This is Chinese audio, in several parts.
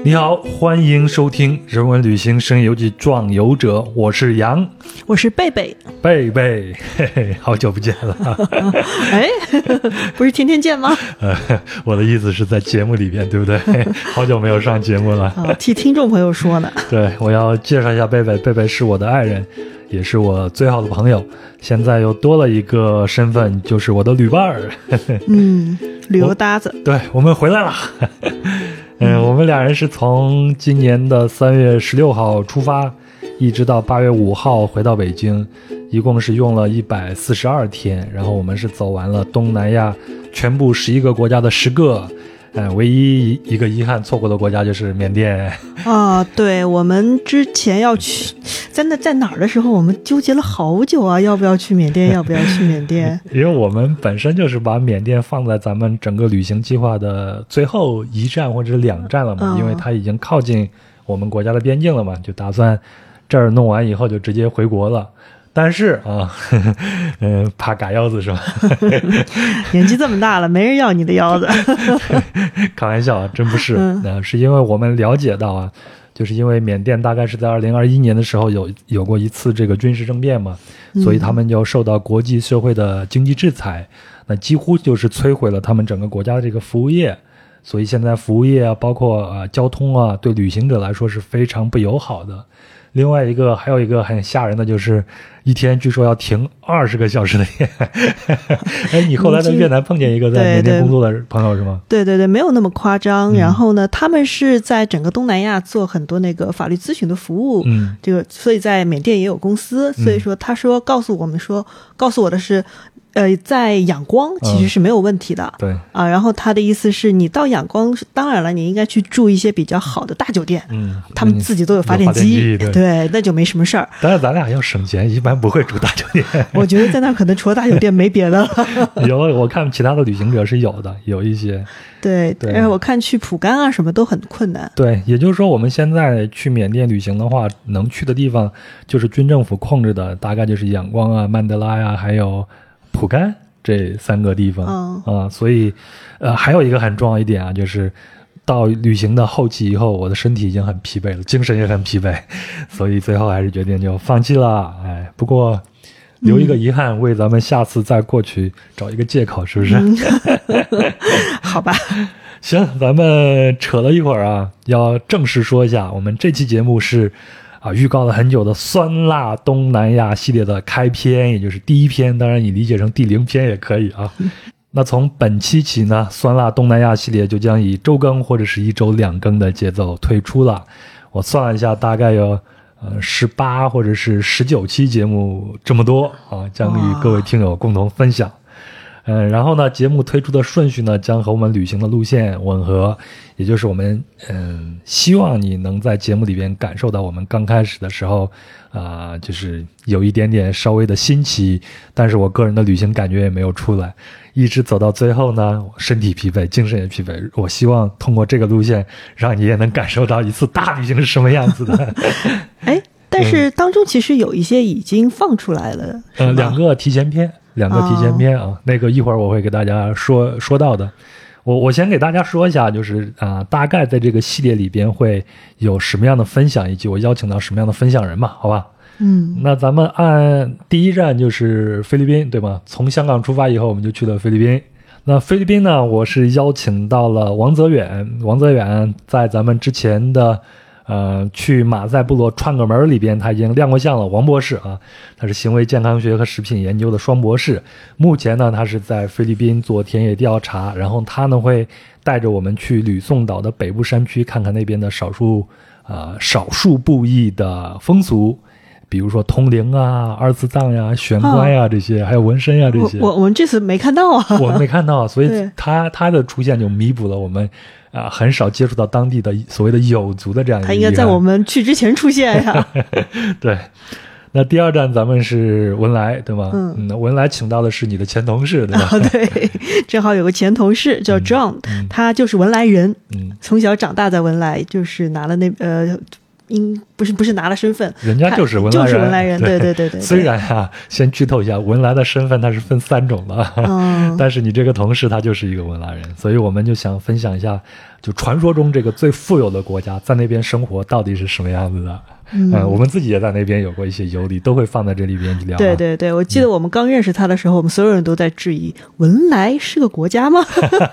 你好，欢迎收听人文旅行声游记壮游者，我是杨， 我是贝贝， 贝贝，嘿嘿，好久不见了。 哎，不是天天见吗？ 我的意思是在节目里边，对不对？好久没有上节目了。 替听众朋友说呢。 对，我要介绍一下贝贝，贝贝是我的爱人，也是我最好的朋友，现在又多了一个身份，就是我的旅伴儿。 旅游搭子。 对，我们回来了。我们俩人是从今年的3月16号出发，一直到8月5号回到北京，一共是用了142天，然后我们是走完了东南亚全部11个国家的10个。唯一一个遗憾错过的国家就是缅甸啊。对，我们之前要去在哪儿的时候，我们纠结了好久啊，要不要去缅甸，要不要去缅甸。 因为我们本身就是把缅甸放在咱们整个旅行计划的最后一站或者是2站了嘛，因为它已经靠近我们国家的边境了嘛，就打算这儿弄完以后就直接回国了。但是啊，怕嘎腰子是吧？ 年纪这么大了，没人要你的腰子。 开玩笑啊，真不是。是因为我们了解到啊，就是因为缅甸大概是在2021年的时候有过一次这个军事政变嘛，所以他们就受到国际社会的经济制裁，那几乎就是摧毁了他们整个国家的这个服务业。所以现在服务业啊，包括交通啊，对旅行者来说是非常不友好的。另外还有一个很吓人的，就是一天据说要停20个小时的夜。哎，你后来在越南碰见一个在缅甸工作的朋友是吗？ 对，没有那么夸张。然后呢，他们是在整个东南亚做很多那个法律咨询的服务。这个所以在缅甸也有公司。所以说他说告诉我的是在仰光其实是没有问题的。 对然后他的意思是你到仰光，当然了，你应该去住一些比较好的大酒店。他们自己都有发电机。对，那就没什么事儿。 但是咱俩要省钱，一般不会住大酒店。 我觉得在那可能除了大酒店没别的了。 有，我看其他的旅行者是有的，有一些。对， 但是我看去蒲甘啊什么都很困难。 对，也就是说我们现在去缅甸旅行的话，能去的地方就是军政府控制的，大概就是仰光啊、曼德拉呀，还有蒲甘这3个地方。所以还有一个很重要一点啊，就是到旅行的后期以后，我的身体已经很疲惫了，精神也很疲惫，所以最后还是决定就放弃了。不过留一个遗憾，为咱们下次再过去找一个借口，是不是？ 好吧。 行，咱们扯了一会儿啊，要正式说一下，我们这期节目是预告了很久的酸辣东南亚系列的开篇，也就是第1篇，当然你理解成第0篇也可以啊。那从本期起呢，酸辣东南亚系列就将以周更或者是1周2更的节奏推出了。我算了一下，大概有18或者是19期节目这么多啊，将与各位听友共同分享。然后呢，节目推出的顺序呢，将和我们旅行的路线吻合，也就是我们希望你能在节目里边感受到我们刚开始的时候就是有一点点稍微的新奇，但是我个人的旅行感觉也没有出来，一直走到最后呢，身体疲惫，精神也疲惫。我希望通过这个路线，让你也能感受到一次大旅行是什么样子的。 但是当中其实有一些已经放出来了 ，2个提前篇啊，那个一会儿我会给大家说到的。我先给大家说一下，就是大概在这个系列里边会有什么样的分享，以及我邀请到什么样的分享人嘛，好吧？那咱们按第1站就是菲律宾，对吗？从香港出发以后，我们就去了菲律宾。那菲律宾呢，我是邀请到了王泽远在咱们之前的去马赛部落串个门里边，他已经亮过相了。王博士啊，他是行为健康学和食品研究的双博士，目前呢他是在菲律宾做田野调查，然后他呢会带着我们去吕宋岛的北部山区，看看那边的少数部裔的风俗，比如说通灵啊、二次葬呀、玄关呀这些，还有纹身呀这些。 我们这次没看到啊。 我们没看到，所以他的出现就弥补了我们很少接触到当地的所谓的有族的这样一个。他应该在我们去之前出现呀。 对。那第2站咱们是文莱，对吗？文莱请到的是你的前同事，对吧？ 对，正好有个前同事叫 John，他就是文莱人，从小长大在文莱，就是拿了不是拿了身份， 人家就是文莱人， 就是文莱人，对对对对。 虽然啊，先剧透一下，文莱的身份它是分3种的，但是你这个同事他就是一个文莱人，所以我们就想分享一下，就传说中这个最富有的国家，在那边生活到底是什么样子的。我们自己也在那边有过一些游历，都会放在这里边去聊。 对对对，我记得我们刚认识他的时候，我们所有人都在质疑文莱是个国家吗？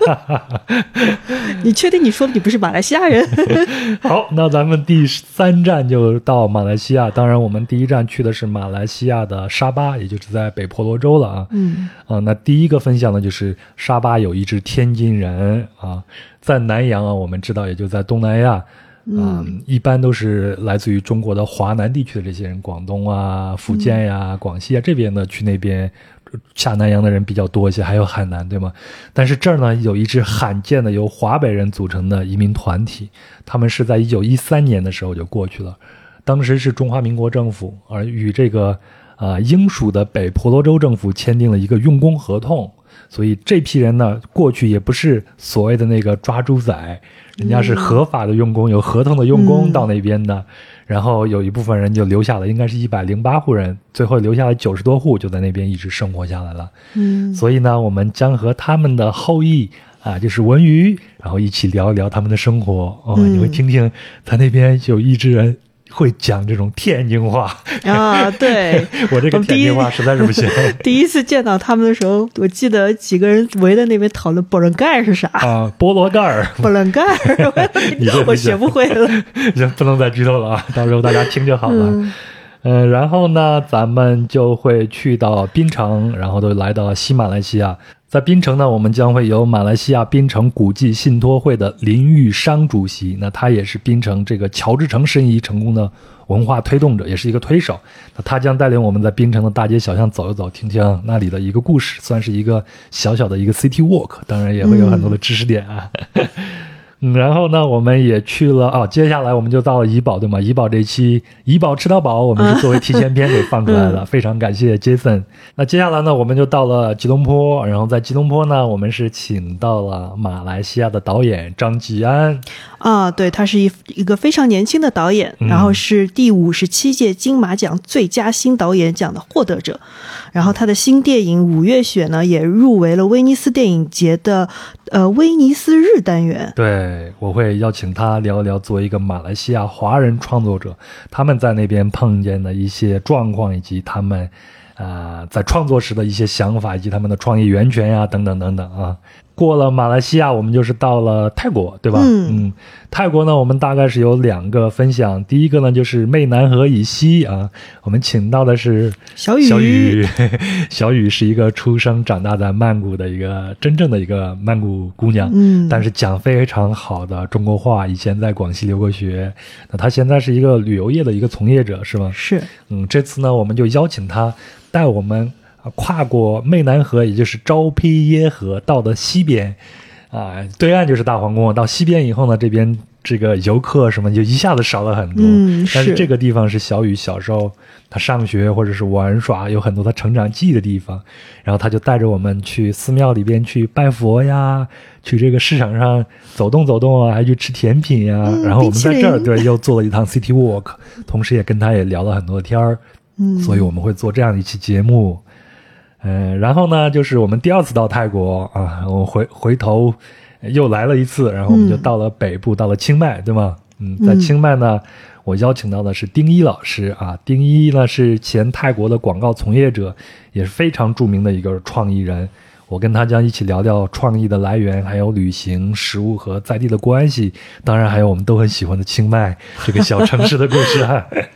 你确定你说的你不是马来西亚人？ 好，那咱们第3站就到马来西亚。当然我们第1站去的是马来西亚的沙巴，也就是在北婆罗洲了啊。那第一个分享的就是沙巴有一只天津人啊，在南洋啊，我们知道也就在东南亚。一般都是来自于中国的华南地区的这些人，广东啊、福建呀、广西啊这边的，去那边下南洋的人比较多一些，还有海南，对吗？但是这儿呢，有一支罕见的由华北人组成的移民团体，他们是在1913年的时候就过去了，当时是中华民国政府而与这个英属的北婆罗洲政府签订了一个用工合同，所以这批人呢，过去也不是所谓的那个抓猪仔，人家是合法的用工，有合同的用工到那边的。然后有一部分人就留下了，应该是108户人，最后留下了90多户，就在那边一直生活下来了。所以呢，我们将和他们的后裔就是文娱，然后一起聊一聊他们的生活。你会听听在那边有一支人会讲这种天津话啊，对我这个天津话实在是不行。 第一次见到他们的时候，我记得几个人围在那边讨论菠萝盖是啥啊，菠萝盖儿， 菠萝盖儿，我学不会了， 不能再剧透了啊，到时候大家听就好了。然后呢，咱们就会去到槟城，然后都来到西马来西亚。在槟城呢，我们将会有马来西亚槟城古迹信托会的林玉商主席，那他也是槟城这个乔治城申遗成功的文化推动者，也是一个推手。那他将带领我们在槟城的大街小巷走一走，听听那里的一个故事，算是一个小小的一个 city walk， 当然也会有很多的知识点啊。然后呢，我们也去了接下来我们就到了怡保，对吗？怡保这期怡保吃到饱，我们是作为提前篇给放出来的，非常感谢 Jason。那接下来呢，我们就到了吉隆坡，然后在吉隆坡呢，我们是请到了马来西亚的导演张继安。 对，他是一个非常年轻的导演，然后是第57届金马奖最佳新导演奖的获得者。然后他的新电影《五月雪》呢，也入围了威尼斯电影节的威尼斯日单元。 对，我会邀请他聊一聊作为一个马来西亚华人创作者，他们在那边碰见的一些状况，以及他们在创作时的一些想法，以及他们的创业源泉呀，等等等等啊。过了马来西亚，我们就是到了泰国，对吧？泰国呢，我们大概是有2个分享。第一个呢，就是湄南河以西啊，我们请到的是小雨。小雨是一个出生长大在曼谷的一个真正的一个曼谷姑娘，但是讲非常好的中国话，以前在广西留过学。那她现在是一个旅游业的一个从业者，是吗？ 是。 这次呢，我们就邀请她带我们跨过湄南河，也就是昭披耶河，到的西边对岸就是大皇宫。到西边以后呢，这边这个游客什么就一下子少了很多。但是这个地方是小雨小时候他上学或者是玩耍有很多他成长记忆的地方，然后他就带着我们去寺庙里边去拜佛呀，去这个市场上走动走动还去吃甜品呀。然后我们在这儿又做了一趟 city walk， 同时也跟他也聊了很多天儿。所以我们会做这样一期节目。然后呢，就是我们第2次到泰国我们回头又来了一次，然后我们就到了北部，到了清迈，对吗？在清迈呢，我邀请到的是丁一老师丁一呢是前泰国的广告从业者，也是非常著名的一个创意人。我跟他将一起聊聊创意的来源，还有旅行、食物和在地的关系，当然还有我们都很喜欢的清迈这个小城市的故事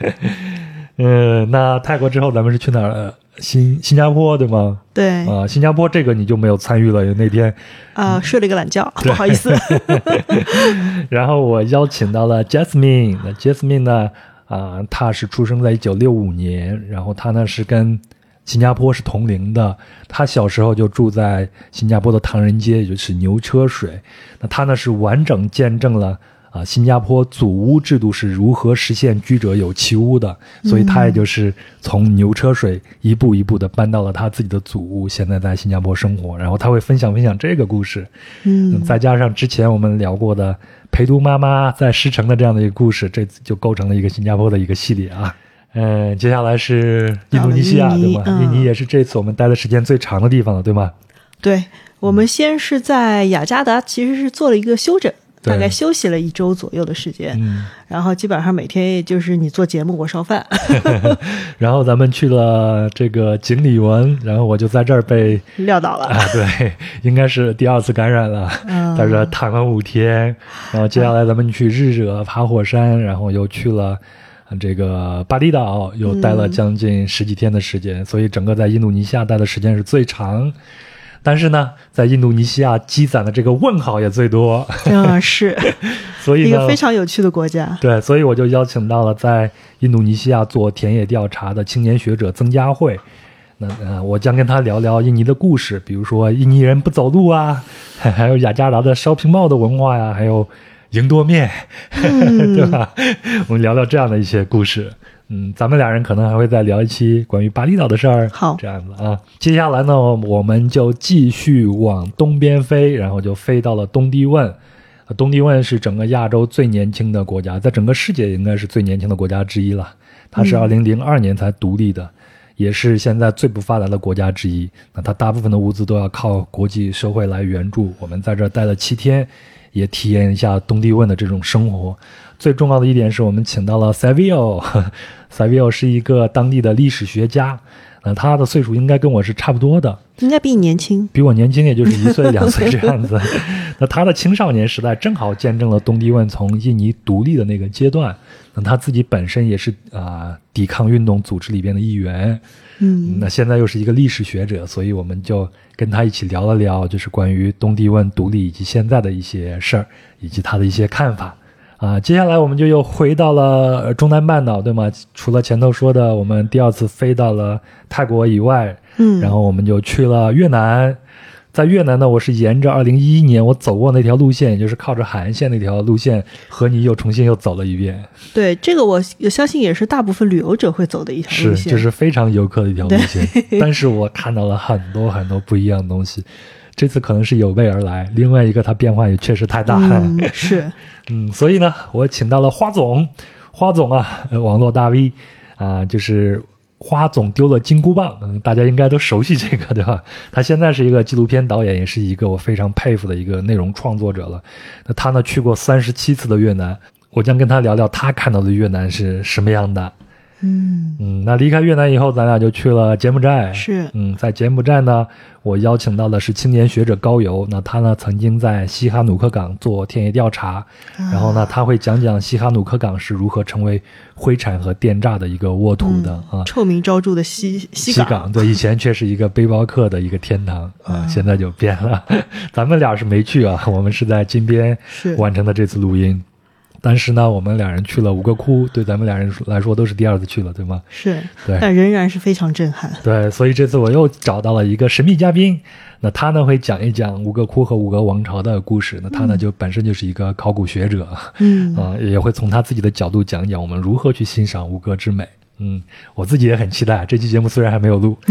那泰国之后咱们是去哪儿？新加坡，对吗？ 对新加坡这个你就没有参与了，那天睡了一个懒觉，不好意思。 然后我邀请到了 Jasmine， 那 Jasmine 呢她是出生在1965年，然后她呢是跟新加坡是同龄的，她小时候就住在新加坡的唐人街，也就是牛车水。那她呢是完整见证了新加坡祖屋制度是如何实现居者有其屋的，所以他也就是从牛车水一步一步的搬到了他自己的祖屋，现在在新加坡生活，然后他会分享这个故事。再加上之前我们聊过的陪读妈妈在狮城的这样的一个故事，这就构成了一个新加坡的一个系列啊。接下来是印度尼西亚，对吗？印尼也是这次我们待的时间最长的地方了，对吗？ 对，我们先是在雅加达其实是做了一个休整，大概休息了1周左右的时间，然后基本上每天就是你做节目我烧饭然后咱们去了这个锦里文，然后我就在这儿被撂倒了对，应该是第2次感染了，在这躺了5天，然后接下来咱们去日惹爬火山，然后又去了这个巴厘岛，又待了将近10几天的时间，所以整个在印度尼西亚待的时间是最长。但是呢，在印度尼西亚积攒的这个问号也最多是所以呢， 一个非常有趣的国家。 对，所以我就邀请到了在印度尼西亚做田野调查的青年学者曾佳慧。那我将跟他聊聊印尼的故事，比如说印尼人不走路啊，还有雅加达的烧瓶帽的文化呀，还有赢多面对吧？我们聊聊这样的一些故事。咱们俩人可能还会再聊一期关于巴厘岛的事儿。 好， 这样子啊。接下来呢，我们就继续往东边飞，然后就飞到了东帝汶。东帝汶是整个亚洲最年轻的国家，在整个世界应该是最年轻的国家之一了。它是2002年才独立的，也是现在最不发达的国家之一。那它大部分的物资都要靠国际社会来援助。我们在这儿待了7天，也体验一下东帝汶的这种生活。最重要的一点是我们请到了 Savio 是一个当地的历史学家，他的岁数应该跟我是差不多的， 应该比你年轻， 比我年轻也就是1岁2岁这样子那他的青少年时代正好见证了东帝汶从印尼独立的那个阶段，那他自己本身也是抵抗运动组织里边的一员。那现在又是一个历史学者，所以我们就跟他一起聊了聊，就是关于东帝汶独立以及现在的一些事儿，以及他的一些看法。接下来我们就又回到了中南半岛，对吗？除了前头说的我们第2次飞到了泰国以外，然后我们就去了越南。在越南呢，我是沿着2011年我走过那条路线，也就是靠着海岸线那条路线，和你重新走了一遍。 对，这个我相信也是大部分旅游者会走的一条路线， 是，就是非常游客的一条路线。但是我看到了很多很多不一样的东西。这次可能是有备而来，另外一个它变化也确实太大是所以呢，我请到了花总网络大 V 就是花总丢了金箍棒，大家应该都熟悉这个，对吧？他现在是一个纪录片导演，也是一个我非常佩服的一个内容创作者了。那他呢去过37次的越南，我将跟他聊聊他看到的越南是什么样的。那离开越南以后，咱俩就去了柬埔寨。 是， 在柬埔寨呢，我邀请到的是青年学者高邮。那他呢，曾经在西哈努克港做田野调查，然后呢，他会讲讲西哈努克港是如何成为灰产和电诈的一个沃土的臭名昭著的西港。 对，以前却是一个背包客的一个天堂现在就变了。咱们俩是没去我们是在金边完成的这次录音。但是呢，我们2人去了5个窟，对咱们2人来说都是第2次去了，对吗？ 是， 对， 但仍然是非常震撼。 对，所以这次我又找到了一个神秘嘉宾，那他呢会讲一讲5个窟和5个王朝的故事。那他呢就本身就是一个考古学者，也会从他自己的角度讲讲我们如何去欣赏吴哥之美。我自己也很期待，这期节目虽然还没有录。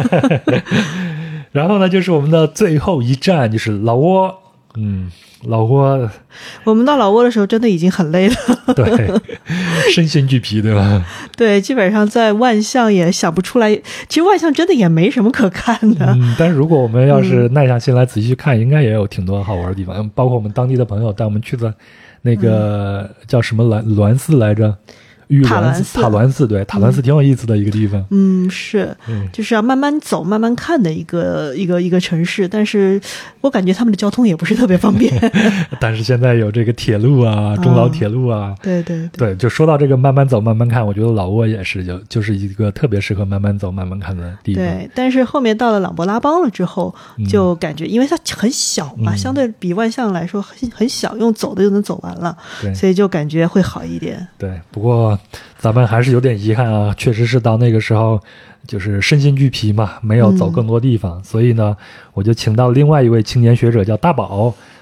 然后呢，就是我们的最后一站，就是老挝。老挝， 我们到老挝的时候真的已经很累了对，身心俱疲，对吧？ 对，基本上在万象也想不出来，其实万象真的也没什么可看的。 但是如果我们要是耐下心来仔细去看，应该也有挺多好玩的地方，包括我们当地的朋友带我们去的那个叫什么鸾寺来着？塔鸾寺，对，塔鸾寺挺有意思的一个地方。 是，就是要慢慢走、慢慢看的一个城市。但是我感觉他们的交通也不是特别方便。 但是现在有这个铁路中老铁路对，就说到这个慢慢走、慢慢看，我觉得老挝也是就是一个特别适合慢慢走、慢慢看的地方。 对，但是后面到了琅勃拉邦了之后，就感觉因为它很小嘛，相对比万象来说很小，用走的就能走完了，所以就感觉会好一点。 对，不过咱们还是有点遗憾确实是到那个时候就是身心俱疲嘛，没有走更多地方。所以呢，我就请到另外一位青年学者叫大宝。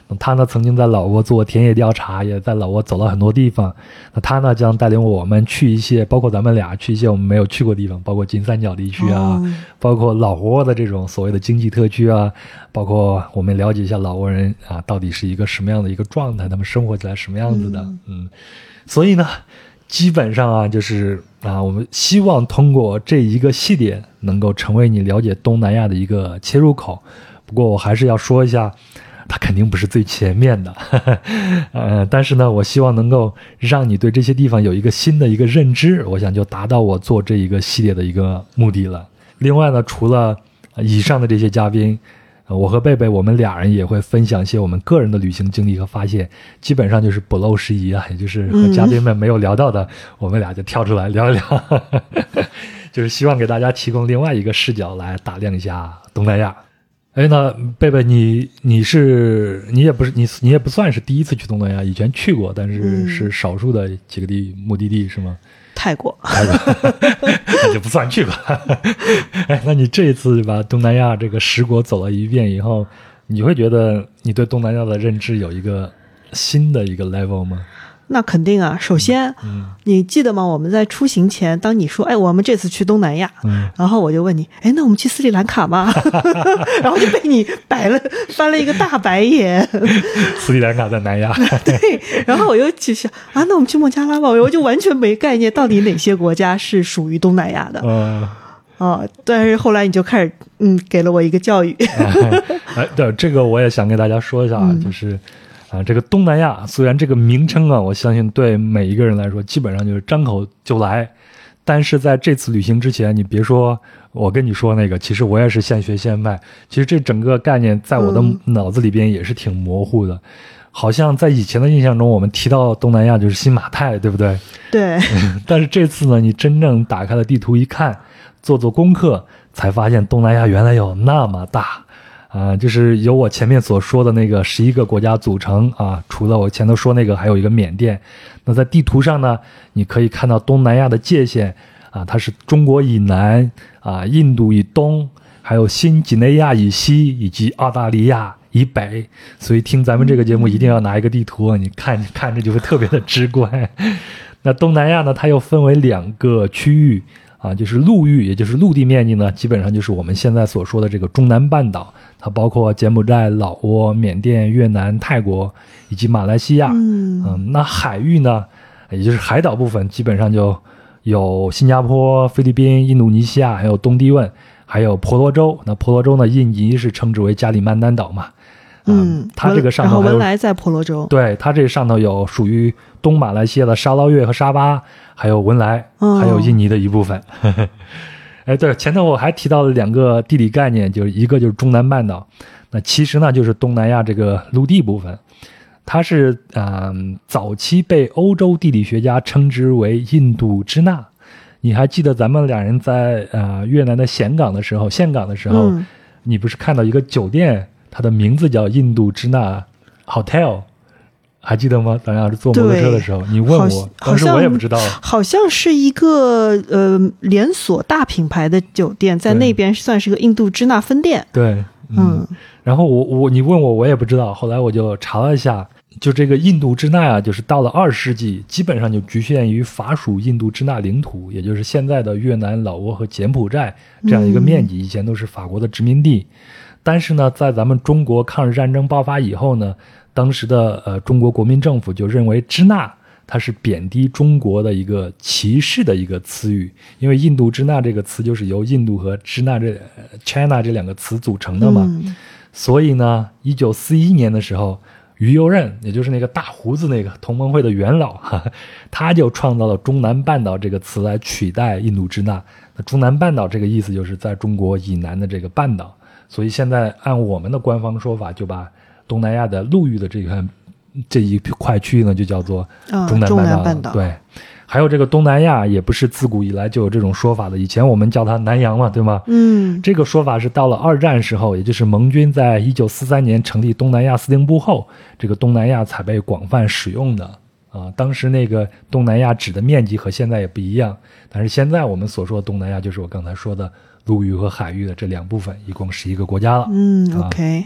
他呢曾经在老挝做田野调查，也在老挝走了很多地方。那他呢将带领我们去一些，包括咱们俩去一些我们没有去过的地方，包括金三角地区啊，包括老挝的这种所谓的经济特区啊，包括我们了解一下老挝人啊到底是一个什么样的一个状态，他们生活起来什么样子的。所以呢基本上啊就是我们希望通过这一个系列能够成为你了解东南亚的一个切入口。不过我还是要说一下，它肯定不是最全面的但是呢我希望能够让你对这些地方有一个新的一个认知，我想就达到我做这一个系列的一个目的了。另外呢除了以上的这些嘉宾，我和贝贝我们俩人也会分享一些我们个人的旅行经历和发现，基本上就是不漏时宜啊，也就是和嘉宾们没有聊到的我们俩就跳出来聊一聊就是希望给大家提供另外一个视角来打量一下东南亚。那贝贝你也不算是第一次去东南亚，以前去过，但是是少数的几个目的地是吗？ 泰国那就不算去过那你这一次把东南亚这个10国走了一遍以后，你会觉得你对东南亚的认知有一个新的一个 level 吗？ 那肯定啊，首先你记得吗，我们在出行前当你说我们这次去东南亚然后我就问你那我们去斯里兰卡吗然后就被你翻了一个大白眼斯里兰卡在南亚对，然后我又去想那我们去孟加拉吧，我就完全没概念到底哪些国家是属于东南亚的但是后来你就开始给了我一个教育对，这个我也想跟大家说一下就是这个东南亚虽然这个名称我相信对每一个人来说基本上就是张口就来，但是在这次旅行之前，你别说我跟你说那个，其实我也是现学现卖。其实这整个概念在我的脑子里边也是挺模糊的，好像在以前的印象中，我们提到东南亚就是新马泰，对不对？ 对。 但是这次呢，你真正打开了地图一看，做功课，才发现东南亚原来有那么大。就是由我前面所说的那个11个国家组成除了我前头说那个还有一个缅甸。那在地图上呢，你可以看到东南亚的界限它是中国以南印度以东，还有新几内亚以西，以及澳大利亚以北。所以听咱们这个节目一定要拿一个地图你看着就会特别的直观那东南亚呢，它又分为2个区域就是陆域，也就是陆地面积呢，基本上就是我们现在所说的这个中南半岛，它包括柬埔寨、老挝、缅甸、越南、泰国以及马来西亚。那海域呢，也就是海岛部分，基本上就有新加坡、菲律宾、印度尼西亚，还有东帝汶，还有婆罗洲。那婆罗洲呢，印尼是称之为加里曼丹岛嘛。它这个上头还有， 然后文莱在婆罗洲。 对，它这上头有属于东马来西亚的沙捞越和沙巴，还有文莱，还有印尼的一部分。对，前头我还提到了2个地理概念，就是一个就是中南半岛，那其实呢就是东南亚这个陆地部分，它是早期被欧洲地理学家称之为印度支那。你还记得咱们俩人在越南的岘港的时候，你不是看到一个酒店？它的名字叫印度支那 Hotel， 还记得吗？咱俩是坐摩托车的时候，你问我，当时我也不知道， 好像是一个连锁大品牌的酒店，在那边算是个印度支那分店。 对，然后你问我也不知道，后来我就查了一下，就这个印度支那就是到了20世纪，基本上就局限于法属印度支那领土，也就是现在的越南、老挝和柬埔寨这样一个面积，以前都是法国的殖民地。但是呢，在咱们中国抗日战争爆发以后呢，当时的中国国民政府就认为支那它是贬低中国的一个歧视的一个词语，因为印度支那这个词就是由印度和支那China 这2个词组成的嘛。所以呢，1941年的时候，于右任，也就是那个大胡子那个同盟会的元老他就创造了中南半岛这个词来取代印度支那。那中南半岛这个意思就是在中国以南的这个半岛。所以现在按我们的官方说法，就把东南亚的陆域的这一块区域呢，就叫做中南半岛。对，还有这个东南亚也不是自古以来就有这种说法的，以前我们叫它南洋嘛，对吗？这个说法是到了2战时候，也就是盟军在1943年成立东南亚司令部后，这个东南亚才被广泛使用的。当时那个东南亚指的面积和现在也不一样，但是现在我们所说的东南亚就是我刚才说的陆域和海域的这2部分，一共11个国家了。 OK。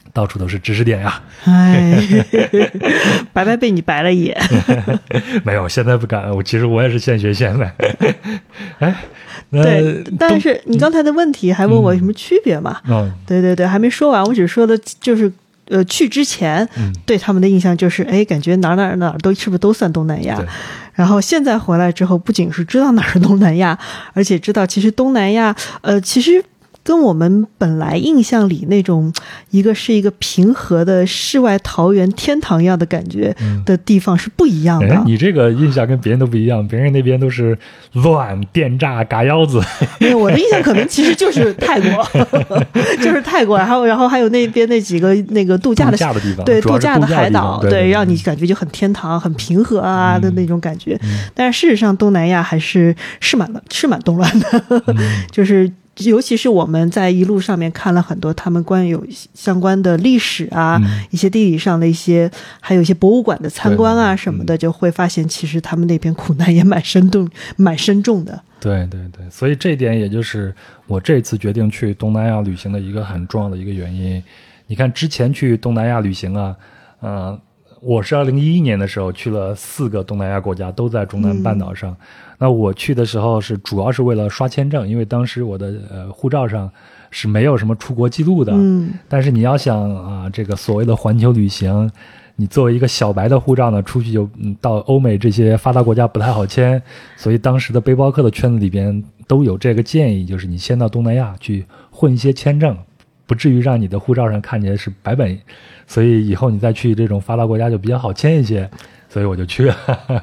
到处都是知识点呀。 哎，白白被你白了眼。 没有，现在不敢，其实我也是现学现卖。哎， 对，但是你刚才的问题还问我有什么区别嘛？对，还没说完，我只说的就是去之前对他们的印象就是感觉哪都是不是都算东南亚，然后现在回来之后不仅是知道哪是东南亚，而且知道其实东南亚其实跟我们本来印象里那种是一个平和的世外桃源天堂一样的感觉的地方是不一样的。 你这个印象跟别人都不一样，别人那边都是乱电炸嘎腰子。 没有，我的印象可能其实就是泰国。就是泰国，然后还有那边那几个那个度假的地方， 对，度假的海岛， 对， 让你感觉就很天堂很平和啊的那种感觉。但是事实上东南亚还是蛮动乱的。就是尤其是我们在一路上面看了很多他们关于有相关的历史啊，一些地理上的还有一些博物馆的参观啊什么的，就会发现其实他们那边苦难也蛮深重的。 对，所以这一点也就是我这次决定去东南亚旅行的一个很重要的一个原因。你看之前去东南亚旅行啊，我是2011年的时候去了4个东南亚国家，都在中南半岛上。那我去的时候主要是为了刷签证，因为当时我的护照上是没有什么出国记录的。但是你要想这个所谓的环球旅行，你作为一个小白的护照呢，出去就到欧美这些发达国家不太好签，所以当时的背包客的圈子里边都有这个建议，就是你先到东南亚去混一些签证，不至于让你的护照上看起来是白本，所以以后你再去这种发达国家就比较好签一些，所以我就去了。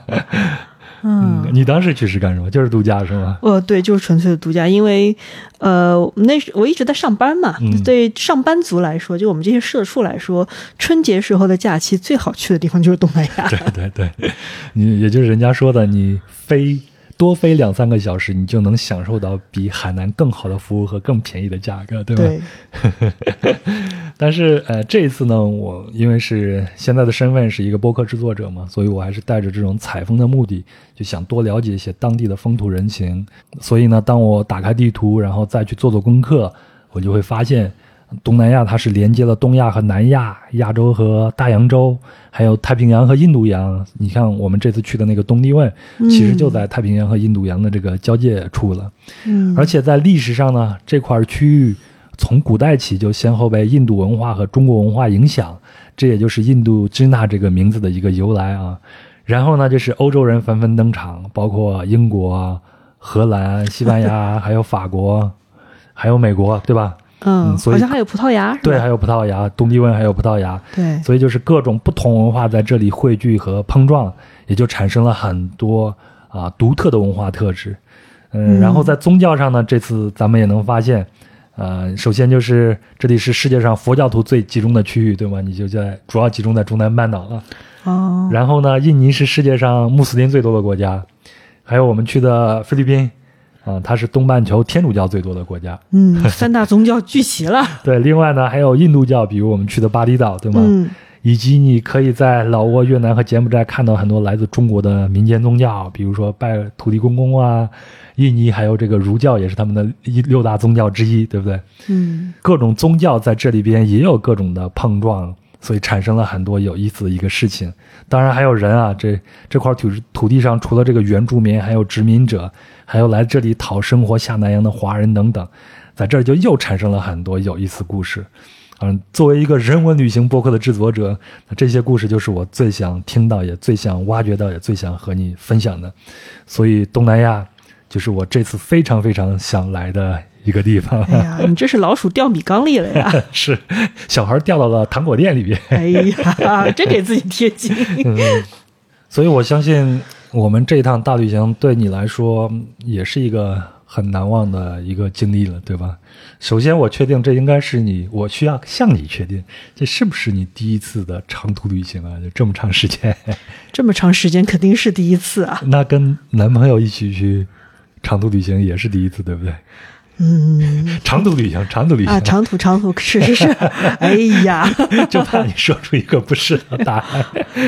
你当时去是干什么？就是度假是吗？ 对，就是纯粹的度假，因为我一直在上班嘛，对上班族来说，就我们这些社畜来说，春节时候的假期最好去的地方就是东南亚。 对，也就是人家说的，你多飞2-3个小时，你就能享受到比海南更好的服务和更便宜的价格，对吧？ 对。 但是这一次呢，我因为是现在的身份是一个播客制作者嘛，所以我还是带着这种采风的目的，就想多了解一些当地的风土人情。所以呢，当我打开地图，然后再去做功课，我就会发现东南亚它是连接了东亚和南亚、亚洲和大洋洲，还有太平洋和印度洋。你看我们这次去的那个东帝汶，其实就在太平洋和印度洋的这个交界处了。而且在历史上呢，这块区域从古代起就先后被印度文化和中国文化影响，这也就是印度支那这个名字的一个由来啊。然后呢，就是欧洲人纷纷登场，包括英国、荷兰、西班牙，还有法国，还有美国，对吧？ 好像还有葡萄牙。 对，还有葡萄牙，东帝汶还有葡萄牙。 对， 所以就是各种不同文化在这里汇聚和碰撞，也就产生了很多独特的文化特质。然后在宗教上呢，这次咱们也能发现。首先就是这里是世界上佛教徒最集中的区域，对吗？你就主要集中在中南半岛了。然后呢，印尼是世界上穆斯林最多的国家，还有我们去的菲律宾，它是东半球天主教最多的国家。 3大宗教聚齐了。 对，另外呢还有印度教，比如我们去的巴厘岛，对吗？以及你可以在老挝、越南和柬埔寨看到很多来自中国的民间宗教，比如说拜土地公公啊。印尼还有这个儒教也是他们的6大宗教之一，对不对？各种宗教在这里边也有各种的碰撞，所以产生了很多有意思的一个事情。当然还有人啊，这块土地上除了这个原住民，还有殖民者，还有来这里讨生活下南洋的华人等等，在这儿就又产生了很多有意思故事。作为一个人文旅行播客的制作者，这些故事就是我最想听到，也最想挖掘到，也最想和你分享的。所以东南亚就是我这次非常非常想来的一个地方。 哎呀，你这是老鼠掉米缸里了呀！ 是，小孩掉到了糖果店里边。 哎呀，真给自己贴金。 所以我相信我们这一趟大旅行对你来说也是一个很难忘的一个经历了，对吧？首先我确定这应该是我需要向你确定这是不是你第一次的长途旅行啊？就这么长时间。 这么长时间肯定是第一次啊。 那跟男朋友一起去长途旅行也是第一次，对不对？长途旅行啊，长途是。哎呀， 就怕你说出一个不适合答案。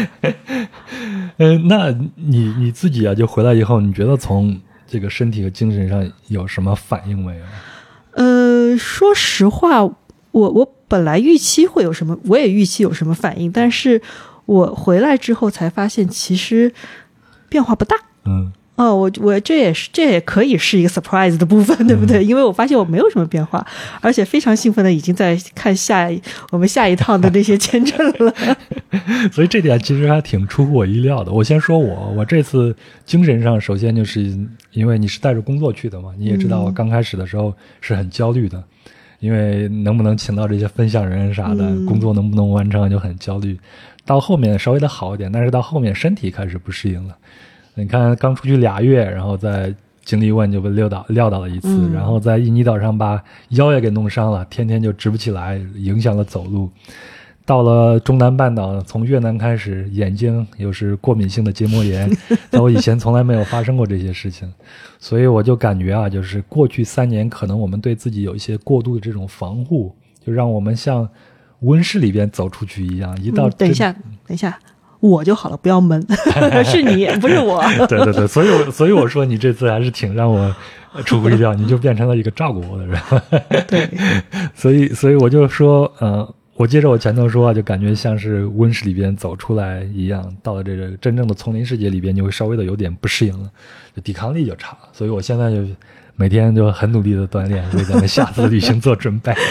那你自己啊，就回来以后，你觉得从这个身体和精神上有什么反应没有？ 说实话， 我本来预期会有什么，我也预期有什么反应，但是我回来之后才发现其实变化不大。我这也可以是一个 surprise 的部分，对不对？因为我发现我没有什么变化，而且非常兴奋的已经在看我们下一趟的那些签证了。 所以这点其实还挺出乎我意料的。我先说我这次精神上，首先就是因为你是带着工作去的嘛，你也知道我刚开始的时候是很焦虑的，因为能不能请到这些分享人啥的，工作能不能完成就很焦虑。到后面稍微的好一点，但是到后面身体开始不适应了。你看刚出去2月，然后在经历湾就被撂倒了一次，然后在印尼岛上把腰也给弄伤了，天天就直不起来，影响了走路。到了中南半岛，从越南开始，眼睛又是过敏性的结膜炎，在我以前从来没有发生过这些事情，所以我就感觉啊，就是过去3年可能我们对自己有一些过度的这种防护，就让我们像温室里边走出去一样，一到等一下我就好了，不要闷是你不是我。 对，所以我说你这次还是挺让我出乎意料，你就变成了一个照顾我的人。 对， 所以我就说我接着我前头说，就感觉像是温室里边走出来一样，到了这个真正的丛林世界里边，你会稍微的有点不适应了，就抵抗力就差了。所以我现在就每天就很努力的锻炼，为咱们下次的旅行做准备。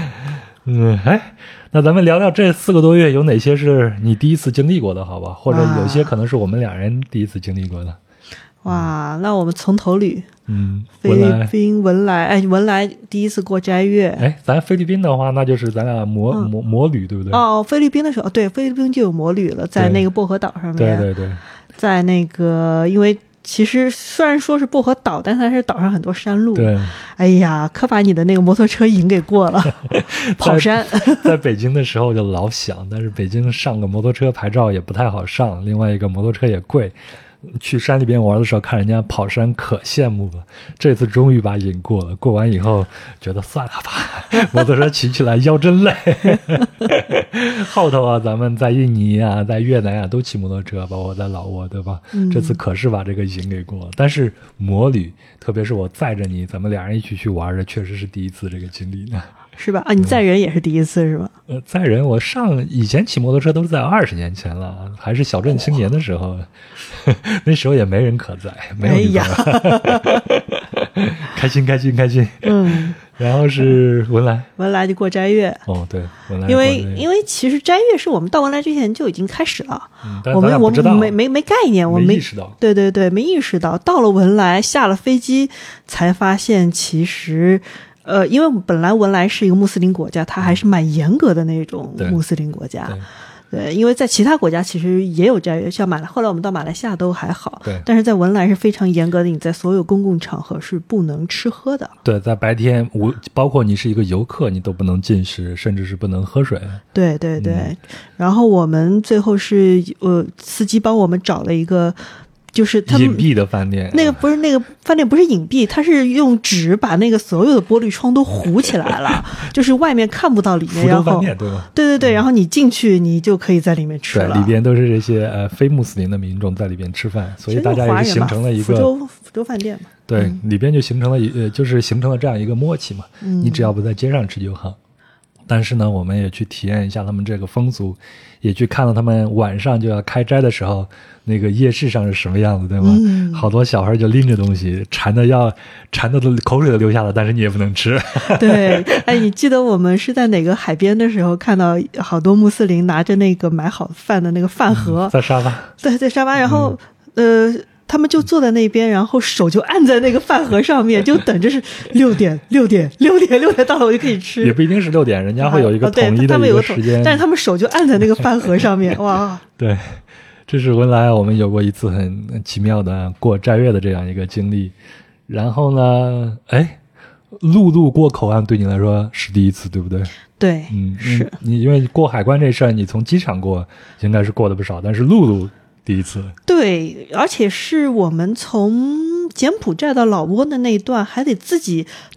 那咱们聊聊这4个多月有哪些是你第一次经历过的，好吧？或者有些可能是我们2人第一次经历过的。 哇，那我们从头捋。菲律宾文莱，文莱第一次过斋月。 咱菲律宾的话，那就是咱俩摩旅，对不对？ 菲律宾的时候，对，菲律宾就有摩旅了，在那个薄荷岛上面。 对， 在那个，因为其实虽然说是薄荷岛，但它是岛上很多山路。 对， 哎呀，可把你的那个摩托车瘾给过了。跑山。 在北京的时候就老想，但是北京上个摩托车牌照也不太好上，另外一个摩托车也贵。去山里边玩的时候看人家跑山可羡慕了，这次终于把瘾过了，过完以后觉得算了吧，摩托车骑起来腰真累。后头啊咱们在印尼啊在越南啊都骑摩托车，包括在老挝，对吧？这次可是把这个瘾给过了。但是摩旅，特别是我载着你咱们2人一起去玩的，确实是第一次这个经历呢。 是吧？你载人也是第一次是吧？ 载人我以前骑摩托车都是在20年前了，还是小镇青年的时候，那时候也没人可载，没有女朋友。开心。然后是文莱就过斋月。 对，文莱。 因为其实斋月是我们到文莱之前就已经开始了，我们没概念，我们没意识到。 对，没意识到。到了文莱，下了飞机才发现，其实因为本来文莱是一个穆斯林国家，它还是蛮严格的那种穆斯林国家。对，因为在其他国家其实也有斋月，像后来我们到马来西亚都还好。 对， 但是在文莱是非常严格的，你在所有公共场合是不能吃喝的。 对，在白天包括你是一个游客，你都不能进食，甚至是不能喝水。 对，然后我们最后是司机帮我们找了一个。就是他们隐蔽的饭店， 那个饭店不是隐蔽，它是用纸把那个所有的玻璃窗都糊起来了，就是外面看不到里面。 福州饭店对吗？ 对，然后你进去你就可以在里面吃了。 对，里边都是这些非穆斯林的民众在里边吃饭，所以大家也是形成了一个福州饭店嘛。 对，里边就形成了这样一个默契嘛。你只要不在街上吃就好。但是呢，我们也去体验一下他们这个风俗，也去看到他们晚上就要开斋的时候，那个夜市上是什么样子，对吗？好多小孩就拎着东西，馋的都口水都流下了，但是你也不能吃。 对，你记得我们是在哪个海边的时候看到好多穆斯林拿着那个买好饭的那个饭盒， 在沙发。 对，在沙发，然后他们就坐在那边，然后手就按在那个饭盒上面，就等着是6点到了我就可以吃。 也不一定是6点，人家会有一个统一的一个时间， 但是他们手就按在那个饭盒上面。哇， 对，这是文莱我们有过一次很奇妙的过斋月的这样一个经历。然后呢，陆路过口岸对你来说是第一次，对不对？ 对， 是你因为过海关这事儿，你从机场过应该是过的不少，但是陆路第一次。 对，而且是我们从柬埔寨到老挝的那一段还得自己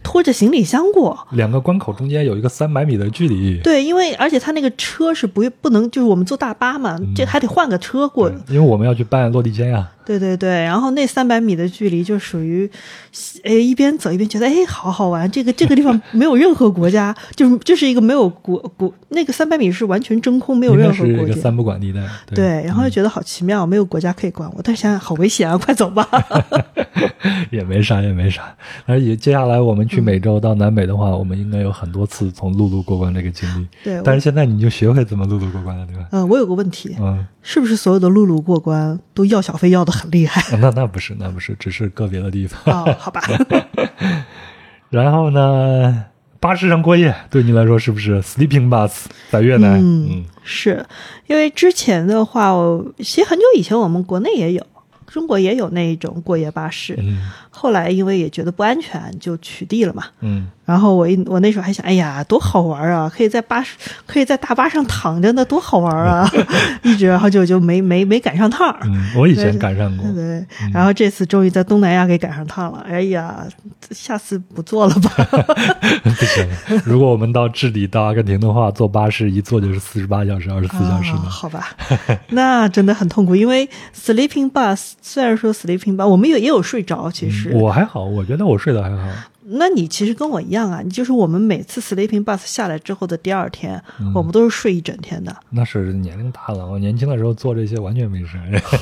拖着行李箱过。 2个关口中间有一个300米的距离。 对，因为而且他那个车是不能，就是我们坐大巴嘛，这还得换个车过。 因为我们要去办落地签呀。 对对对，然后那300米的距离就属于，一边走一边觉得好好玩。这个地方没有任何国家，就是一个没有国那个300米是完全真空，没有任何国家， 是一个三不管地带。 对，然后就觉得好奇妙，没有国家可以管我。但是想想好危险啊，快走吧。 也没啥。而且接下来我们去美洲到南美的话，我们应该有很多次从陆路过关这个经历。 对， 但是现在你就学会怎么陆路过关了，对吧？ 我有个问题，是不是所有的陆路过关都要小费要的很厉害？ 那不是，只是个别的地方。 好吧。 然后呢，巴士上过夜对你来说是不是 sleeping bus 在越南？ 是因为之前的话，其实很久以前我们国内也有。中国也有那种过夜巴士，后来因为也觉得不安全，就取缔了嘛。然后我那时候还想，哎呀，多好玩啊！可以在大巴上躺着，那多好玩啊！一直然后就没赶上趟。 我以前赶上过。 对，然后这次终于在东南亚给赶上趟了。哎呀，下次不坐了吧？ 不行，如果我们到智利、到阿根廷的话，坐巴士一坐就是48小时、24小时的。 好吧，那真的很痛苦，因为 sleeping bus 虽然说 sleeping bus 我们也有睡着，其实我还好，我觉得我睡得还好。 那你其实跟我一样啊，你就是我们每次 sleeping bus 下来之后的第二天，我们都是睡一整天的。 那是年龄大了，我年轻的时候做这些完全没事。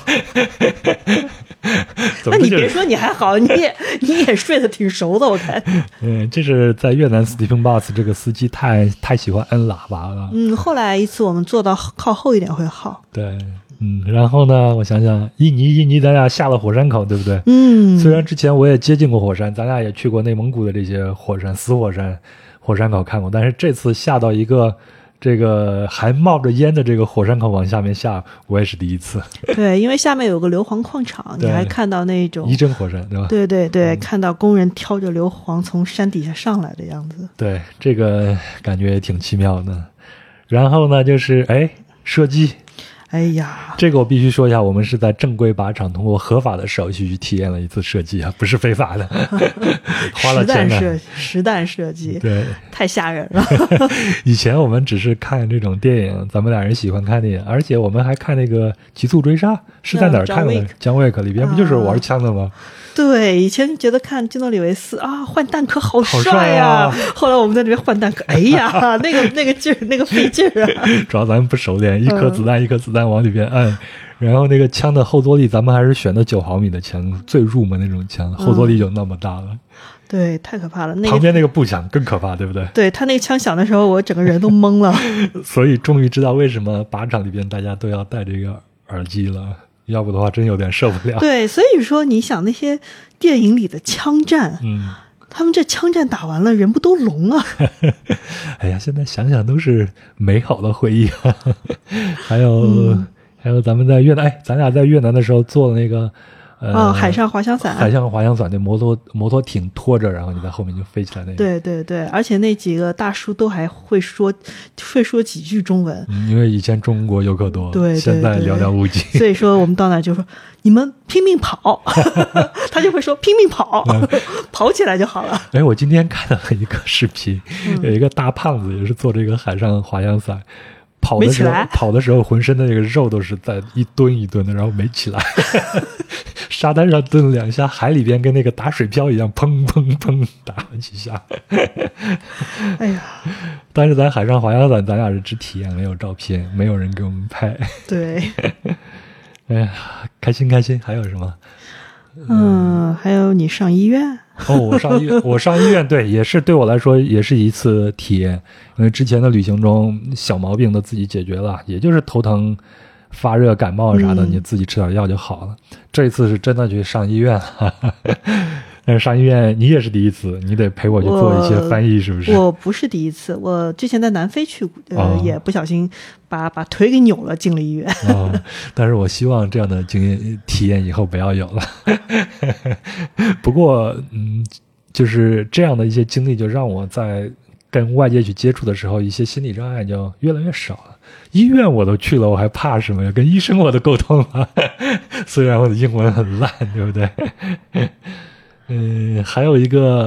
那你别说你还好，你也睡得挺熟的，我看。 这是在越南 sleeping bus 这个司机太喜欢摁喇叭了。 后来一次我们坐到靠后一点会好。 对。然后呢，我想想，印尼咱俩下了火山口，对不对？虽然之前我也接近过火山，咱俩也去过内蒙古的这些死火山口看过，但是这次下到一个这个还冒着烟的这个火山口往下面下，我也是第一次。 对，因为下面有个硫磺矿场，你还看到那种仪征火山，对吧？ 对对对，看到工人挑着硫磺从山底下上来的样子。 对，这个感觉也挺奇妙的。然后呢，就是射击。 哎呀， 这个我必须说一下，我们是在正规靶场通过合法的手续去体验了一次射击啊，不是非法的。花了钱的实弹射击， 对， 太吓人了。 以前我们只是看这种电影，咱们俩人喜欢看电影，而且我们还看那个《极速追杀》，是在哪儿看的？姜维克里边不就是玩枪的吗？ 对，以前觉得看基诺里维斯换弹壳好帅呀，后来我们在这边换弹壳，哎呀，那个劲儿，那个费劲儿啊！ 主要咱们不熟练，一颗子弹往里边按，然后那个枪的后坐力，咱们还是选的9毫米的枪，最入门那种枪，后坐力就那么大了。 对，太可怕了。 旁边那个步枪更可怕，对不对？ 对，他那个枪响的时候，我整个人都懵了。 所以终于知道为什么靶场里边大家都要戴这个耳机了。要不的话真有点受不了。 对，所以说你想那些电影里的枪战，他们这枪战打完了人不都聋啊？ 哎呀，现在想想都是美好的回忆啊。还有咱们在越南，咱俩在越南的时候做的那个海上滑翔伞， 那摩托艇拖着，然后你在后面就飞起来那个。 对对对，而且那几个大叔都还会说几句中文， 因为以前中国游客多， 对， 现在寥寥无几。 所以说我们到那就说你们拼命跑，他就会说拼命跑，跑起来就好了。 我今天看到了一个视频，有一个大胖子也是做这个海上滑翔伞。跑的时候浑身的那个肉都是在一吨一吨的，然后没起来。沙滩上蹲了2下，海里边跟那个打水漂一样，砰砰砰打了几下。 哎呀！ 但是咱海上滑翔伞，咱俩是只体验，没有照片，没有人给我们拍。 对。 哎呀，开心！还有什么？ 还有你上医院。 我上医院，对，也是对我来说也是一次体验，因为之前的旅行中小毛病都自己解决了，也就是头疼、发热、感冒啥的，你自己吃点药就好了。这一次是真的去上医院了。但是上医院你也是第一次，你得陪我去做一些翻译，是不是？ 我不是第一次，我之前在南非去，也不小心把腿给扭了，进了医院。 但是我希望这样的体验以后不要有了。不过，就是这样的一些经历，就让我在跟外界去接触的时候，一些心理障碍就越来越少了。医院我都去了，我还怕什么呀？跟医生我都沟通了，虽然我的英文很烂，对不对？还有一个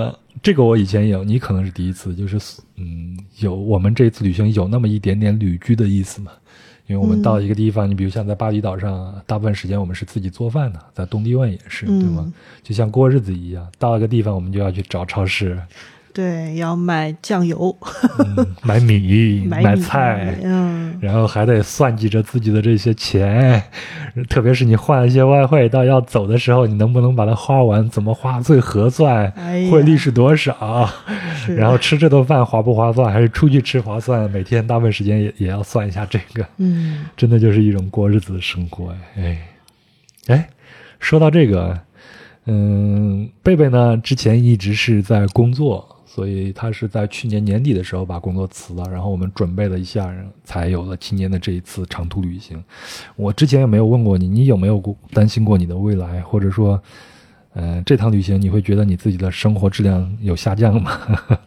这个我以前有，你可能是第一次，就是有我们这次旅行有那么一点点旅居的意思嘛。因为我们到一个地方，你比如像在巴厘岛上，大部分时间我们是自己做饭的，在东帝汶也是，对吗？就像过日子一样，到了个地方我们就要去找超市， 对，要买酱油， 买米，买菜，然后还得算计着自己的这些钱，特别是你换了一些外汇，到要走的时候，你能不能把它花完？怎么花最合算？汇率是多少？然后吃这顿饭划不划算？还是出去吃划算？每天大部分时间也要算一下这个，真的就是一种过日子的生活。哎，说到这个，贝贝呢之前一直是在工作。所以他是在去年年底的时候把工作辞了，然后我们准备了一下，才有了今年的这一次长途旅行。我之前也没有问过你，你有没有担心过你的未来，或者说，这趟旅行你会觉得你自己的生活质量有下降吗？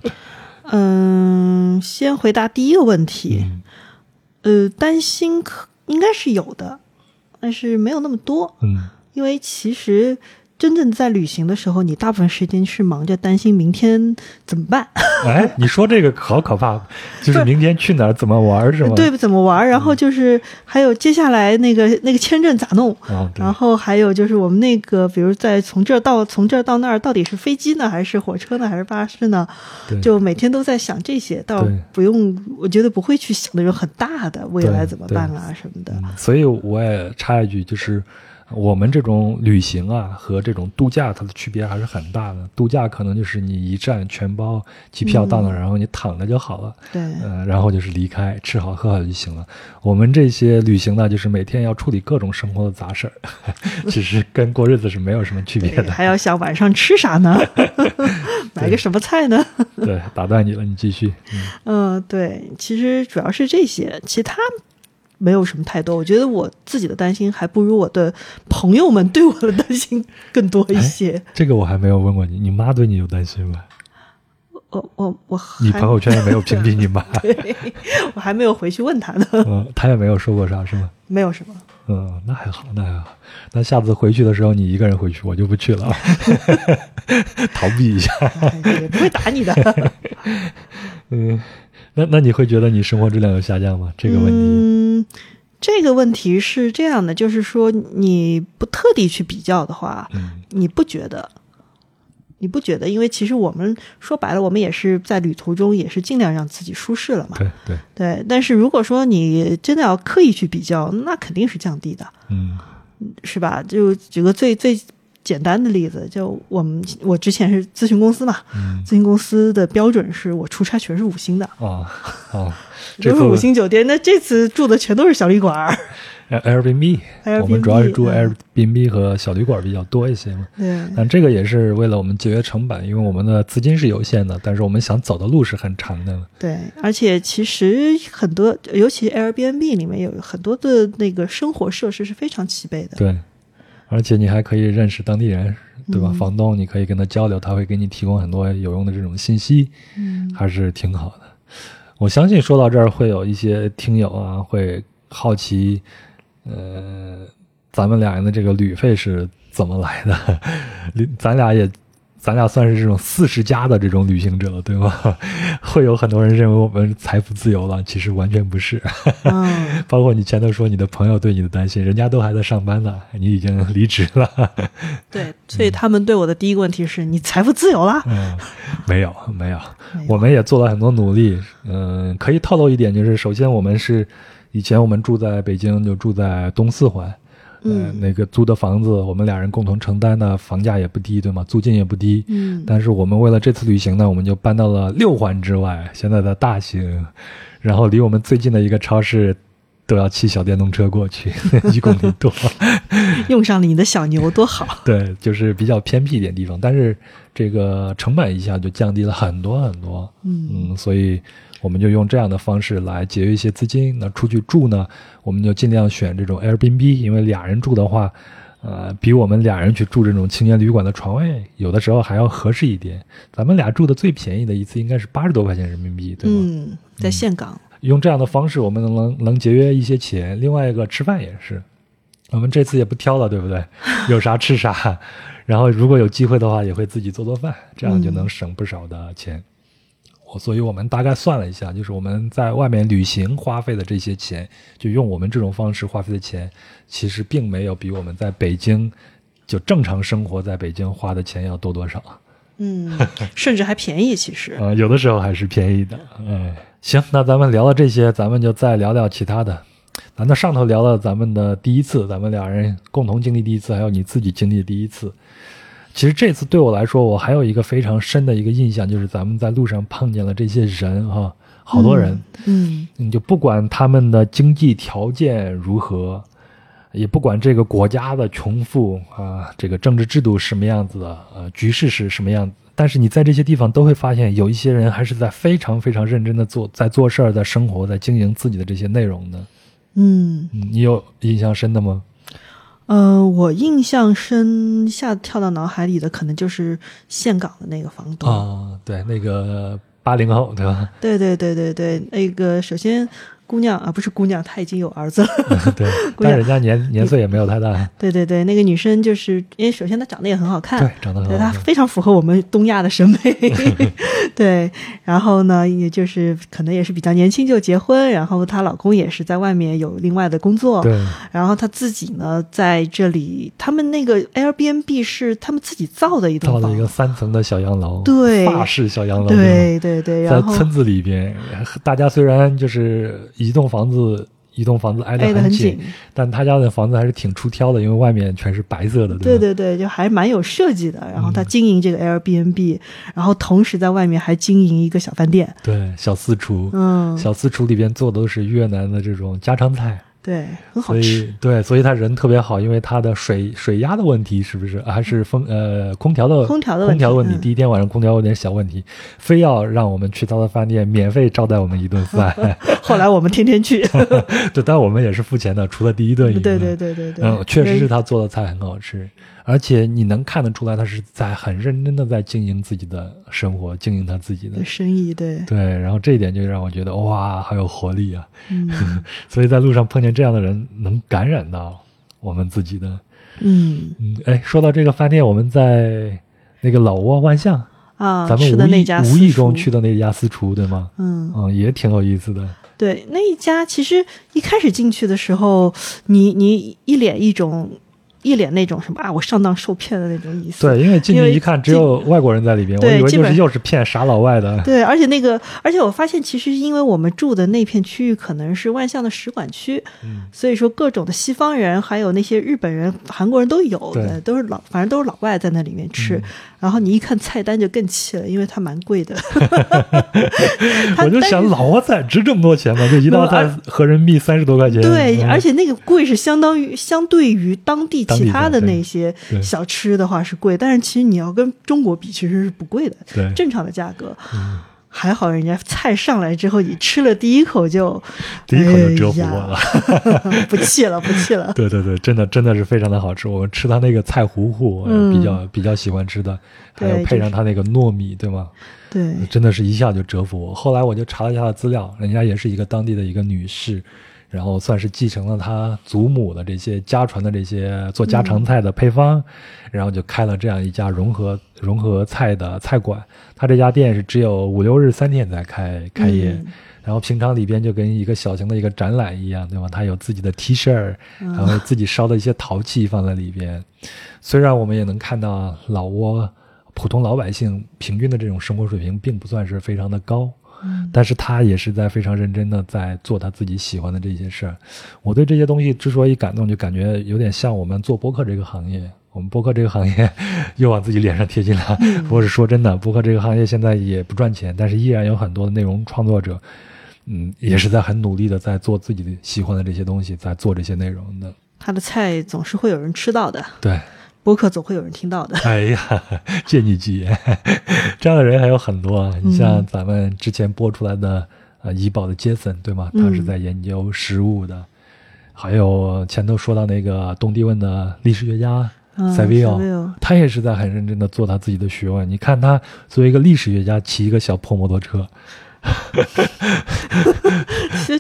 先回答第一个问题，担心应该是有的，但是没有那么多，因为其实真正在旅行的时候，你大部分时间是忙着担心明天怎么办。 哎，你说这个好可怕，就是明天去哪儿怎么玩是吗？ 对，怎么玩，然后就是还有接下来那个签证咋弄，然后还有就是我们那个比如从这儿到那儿到底是飞机呢还是火车呢还是巴士呢，就每天都在想这些，倒不用，我觉得不会去想那种很大的未来怎么办啊什么的。 所以我也插一句，就是我们这种旅行啊和这种度假它的区别还是很大的。度假可能就是你一站全包，机票到那然后你躺着就好了， 对， 然后就是离开，吃好喝好就行了。我们这些旅行呢，就是每天要处理各种生活的杂事儿，其实跟过日子是没有什么区别的。 还要想晚上吃啥呢？买个什么菜呢？ 对，打断你了，你继续。 对，其实主要是这些，其他没有什么太多。我觉得我自己的担心还不如我的朋友们对我的担心更多一些。 这个我还没有问过你，你妈对你有担心吗？你朋友圈也没有屏蔽你妈？ 对，我还没有回去问他呢。 他也没有说过啥是吗？ 没有什么。 那还好，那还好。那下次回去的时候你一个人回去，我就不去了，逃避一下。 也不会打你的。 那你会觉得你生活质量有下降吗？这个问题， 这个问题是这样的，就是说你不特地去比较的话，你不觉得，因为其实我们说白了，我们也是在旅途中也是尽量让自己舒适了嘛。对。但是如果说你真的要刻意去比较，那肯定是降低的，是吧？就举个最简单的例子，就我之前是咨询公司嘛，咨询公司的标准是我出差全是5星的都是5星酒店。那这次住的全都是小旅馆。 Airbnb 我们主要是住 Airbnb 和小旅馆比较多一些嘛。 对， 但这个也是为了我们节约成本，因为我们的资金是有限的，但是我们想走的路是很长的。 对，而且其实很多，尤其 Airbnb 里面有很多的那个生活设施是非常齐备的。 对，而且你还可以认识当地人，对吧？房东你可以跟他交流，他会给你提供很多有用的这种信息，还是挺好的。我相信说到这儿会有一些听友啊会好奇，咱们俩人的这个旅费是怎么来的？咱俩算是这种40+的这种旅行者，对吗？会有很多人认为我们财富自由了，其实完全不是。包括你前头说你的朋友对你的担心，人家都还在上班呢，你已经离职了。 对，所以他们对我的第一个问题是你财富自由了？ 没有，我们也做了很多努力。可以透露一点，就是首先以前我们住在北京，就住在东4环。那个租的房子我们俩人共同承担的，房价也不低，对吗？租金也不低。但是我们为了这次旅行呢，我们就搬到了6环之外，现在的大兴，然后离我们最近的一个超市都要骑小电动车过去，1公里多。 用上了你的小牛多好。 对，就是比较偏僻一点地方，但是这个成本一下就降低了很多很多。所以我们就用这样的方式来节约一些资金。那出去住呢，我们就尽量选这种 Airbnb， 因为俩人住的话，比我们俩人去住这种青年旅馆的床位，有的时候还要合适一点。咱们俩住的最便宜的一次应该是80多块钱人民币，对吗？ 在岘港。 用这样的方式，我们能节约一些钱。另外一个吃饭也是， 我们这次也不挑了，对不对？有啥吃啥，然后如果有机会的话也会自己做做饭，这样就能省不少的钱。所以我们大概算了一下，就是我们在外面旅行花费的这些钱，就用我们这种方式花费的钱，其实并没有比我们在北京就正常生活在北京花的钱要多多少。 甚至还便宜其实。 有的时候还是便宜的。行，那咱们聊了这些，咱们就再聊聊其他的。咱上头聊了咱们的第一次，咱们俩人共同经历第一次，还有你自己经历的第一次。其实这次对我来说，我还有一个非常深的一个印象，就是咱们在路上碰见了这些人哈，好多人，你就不管他们的经济条件如何，也不管这个国家的穷富啊，这个政治制度是什么样子的，局势是什么样子，但是你在这些地方都会发现，有一些人还是在非常非常认真的在做事儿，在生活，在经营自己的这些内容的。你有印象深的吗？ 我印象深，一下跳到脑海里的可能就是岘港的那个房东对，那个80后，对吧？ 对，那个首先姑娘不是姑娘，她已经有儿子了。 对，但人家年岁也没有太大。 对，那个女生就是因为首先她长得也很好看， 对，长得很好看， 她非常符合我们东亚的审美。对，然后呢，也就是可能也是比较年轻就结婚，然后她老公也是在外面有另外的工作， 对， 然后她自己呢在这里，他们那个 Airbnb 是他们自己造的一栋房， 造了一个3层的小洋楼， 对， 法式小洋楼， 对， 然后在村子里边，大家虽然就是一栋房子挨得很紧，但他家的房子还是挺出挑的，因为外面全是白色的。 对，就还蛮有设计的。然后他经营这个 Airbnb，然后同时在外面还经营一个小饭店， 对，小私厨，小私厨里边做的都是越南的这种家常菜。 对，很好吃。 所以他人特别好，因为他的水压的问题是不是还是空调的问题？第一天晚上空调有点小问题，非要让我们去他的饭店免费招待我们一顿饭。 后来我们天天去。 对，但我们也是付钱的，除了第一顿以外。 对， 确实是他做的菜很好吃，而且你能看得出来，他是在很认真的在经营自己的生活，经营他自己的生意。对， 然后这一点就让我觉得哇，好有活力啊。所以在路上碰见这样的人，能感染到我们自己的。说到这个饭店，我们在那个老挝万象咱们无意中去的那家私厨，对吗？也挺有意思的。 对，那一家其实一开始进去的时候，你一脸那种什么我上当受骗的那种意思。 对，因为进去一看只有外国人在里边，我以为又是骗傻老外的。 对，而且我发现其实因为我们住的那片区域可能是万象的使馆区，所以说各种的西方人还有那些日本人、韩国人都有的，反正都是老外在那里面吃。然后你一看菜单就更气了，因为它蛮贵的。 我就想老挝菜值这么多钱吗？就一道菜合人民币30多块钱。 对，而且那个贵是相对于当地其他的那些小吃的话是贵，但是其实你要跟中国比其实是不贵的，正常的价格。还好人家菜上来之后，你吃了第一口就折服我了。 不气了。 对，真的是非常的好吃。我们吃他那个菜糊糊，比较喜欢吃的，还有配上他那个糯米，对吗？ 对， 真的是一下就折服我。后来我就查了一下他的资料，人家也是一个当地的一个女士，然后算是继承了他祖母的这些家传的这些做家常菜的配方，然后就开了这样一家融合菜的菜馆。他这家店是只有5、6日3天才开业，然后平常里边就跟一个小型的一个展览一样，对吧？他有自己的 T 恤，然后自己烧的一些陶器放在里边。虽然我们也能看到老挝普通老百姓平均的这种生活水平并不算是非常的高，但是他也是在非常认真的在做他自己喜欢的这些事儿。我对这些东西之所以感动，就感觉有点像我们做播客这个行业。我们播客这个行业又往自己脸上贴金了。不过是说真的，播客这个行业现在也不赚钱，但是依然有很多的内容创作者也是在很努力的在做自己的喜欢的这些东西，在做这些内容的。 他的菜总是会有人吃到的。 对， 播客总会有人听到的。 哎呀，借你吉言。这样的人还有很多。你像咱们之前播出来的怡宝的杰森，对吗？他是在研究食物的。还有前头说到那个东帝汶的历史学家塞维奥，他也是在很认真的做他自己的学问。你看他作为一个历史学家骑一个小破摩托车。 其实那边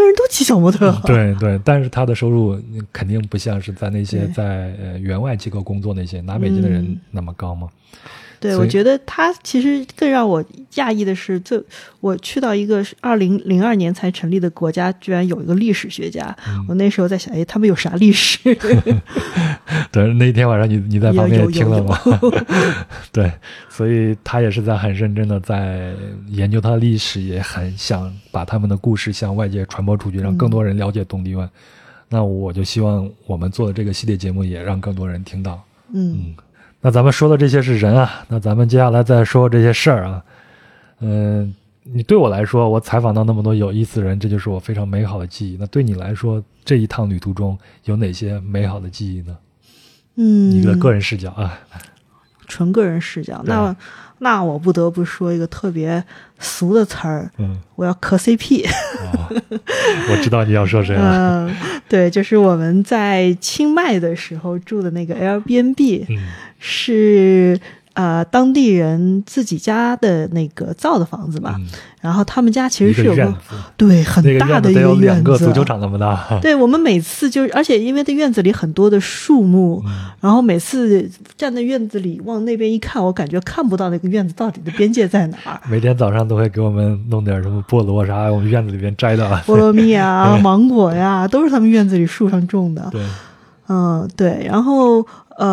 的人都骑小摩托。 对对，但是他的收入肯定不像是在那些在员外机构工作那些拿美金的人那么高嘛。 对，我觉得他其实更让我讶异的是，我去到一个2002年才成立的国家，居然有一个历史学家。我那时候在想，他们有啥历史？ 对，那天晚上你在旁边听了吗？对，所以他也是在很认真的在研究他的历史，也很想把他们的故事向外界传播出去，让更多人了解东帝汶。那我就希望我们做的这个系列节目也让更多人听到。那咱们说的这些是人啊，那咱们接下来再说这些事儿啊。你对我来说，我采访到那么多有意思的人，这就是我非常美好的记忆。那对你来说，这一趟旅途中有哪些美好的记忆呢？你的个人视角啊， 纯个人视角。那我不得不说一个特别俗的词儿，我要磕 CP。 我知道你要说谁了。 对，就是我们在清迈的时候住的那个 Airbnb，是当地人自己家的那个造的房子嘛，然后他们家其实是有个对很大的一个院子， 有2个足球场那么大。 对，我们每次而且因为这院子里很多的树木，然后每次站在院子里往那边一看，我感觉看不到那个院子到底的边界在哪儿。 每天早上都会给我们弄点什么菠萝啥，我们院子里边摘的菠萝蜜啊、芒果呀，都是他们院子里树上种的。 对， 对，然后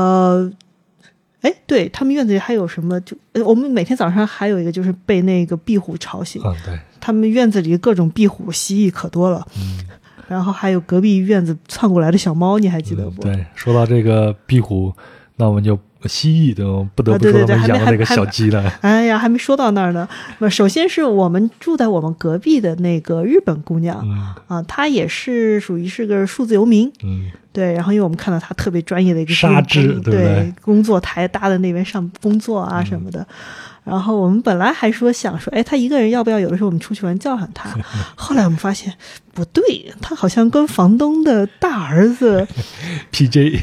对，他们院子里还有什么？我们每天早上还有一个就是被那个壁虎吵醒。 对， 他们院子里各种壁虎、蜥蜴可多了。然后还有隔壁院子窜过来的小猫，你还记得不？ 对，说到这个壁虎，那我们就蜥蜴都不得不说他们养的那个小鸡了。 哎呀，还没说到那儿呢。首先是我们住在我们隔壁的那个日本姑娘，她也是属于是个数字游民。对，然后因为我们看到她特别专业的一个纱织， 对工作台搭在那边上工作啊什么的。然后我们本来还想说，她一个人要不要有的时候我们出去玩叫上她？后来我们发现不对，她好像跟房东的大儿子 PJ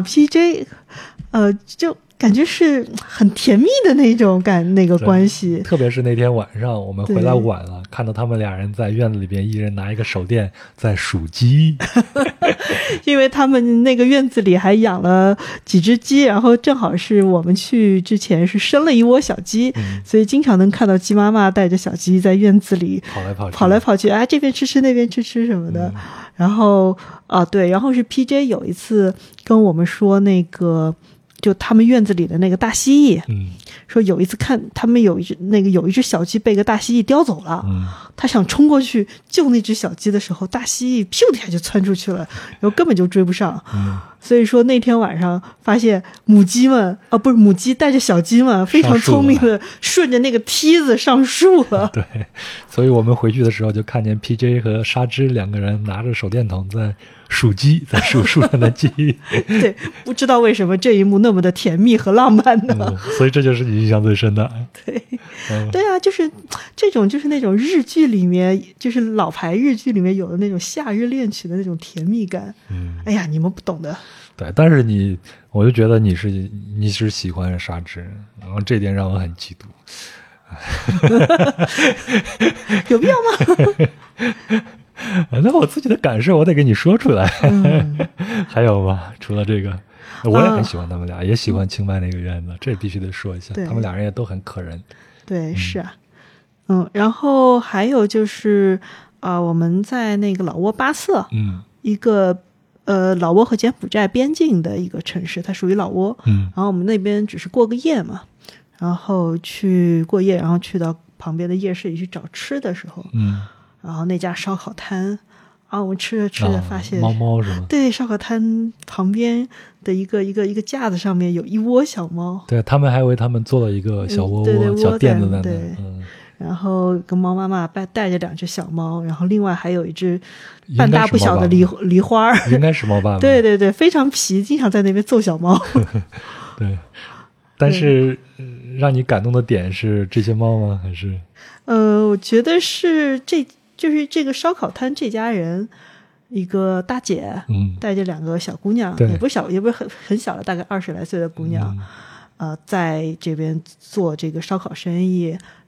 就感觉是很甜蜜的那种那个关系。 特别是那天晚上我们回来晚了，看到他们俩人在院子里边一人拿一个手电在数鸡。 因为他们那个院子里还养了几只鸡，然后正好是我们去之前是生了一窝小鸡，所以经常能看到鸡妈妈带着小鸡在院子里跑来跑去，这边吃吃那边吃吃什么的。然后对，然后是 PJ 有一次跟我们说那个就他们院子里的那个大蜥蜴，说有一次看他们有一只小鸡被个大蜥蜴叼走了，他想冲过去救那只小鸡的时候，大蜥蜴咻的一下就窜出去了，然后根本就追不上。所以说那天晚上发现母鸡带着小鸡们非常聪明的顺着那个梯子上树了。 对，所以我们回去的时候就看见 PJ 和纱织2个人拿着手电筒在数鸡，在数树上的鸡。 对，不知道为什么这一幕那么的甜蜜和浪漫呢？ 所以这就是你印象最深的。 对，对啊，就是这种就是那种日剧里面，就是老牌日剧里面有的那种夏日恋曲的那种甜蜜感。哎呀，你们不懂的。 对，但是我就觉得你是喜欢纱织，然后这点让我很嫉妒。 有必要吗？ 那我自己的感受我得给你说出来。还有吗？除了这个，我也很喜欢他们俩，也喜欢清迈那个院子，这必须得说一下。他们俩人也都很可人。对， 是啊。然后还有就是我们在那个老挝巴色，一个老挝和柬埔寨边境的一个城市，它属于老挝。然后我们那边只是过个夜嘛，然后去过夜，然后去到旁边的夜市里去找吃的时候，然后那家烧烤摊，我们吃着发现猫是吗？ 对，烧烤摊旁边的一个架子上面有一窝小猫。 对，他们还以为他们做了一个小窝小垫子在那。 对。然后跟猫妈妈带着2只小猫，然后另外还有一只半大不小的梨花， 应该是猫爸爸。 对对对，非常皮，经常在那边揍小猫。 对，但是让你感动的点是这些猫吗？还是？ 我觉得是就是这个烧烤摊这家人，一个大姐，带着2个小姑娘，也不是很小的，大概20来岁的姑娘。在这边做这个烧烤生意，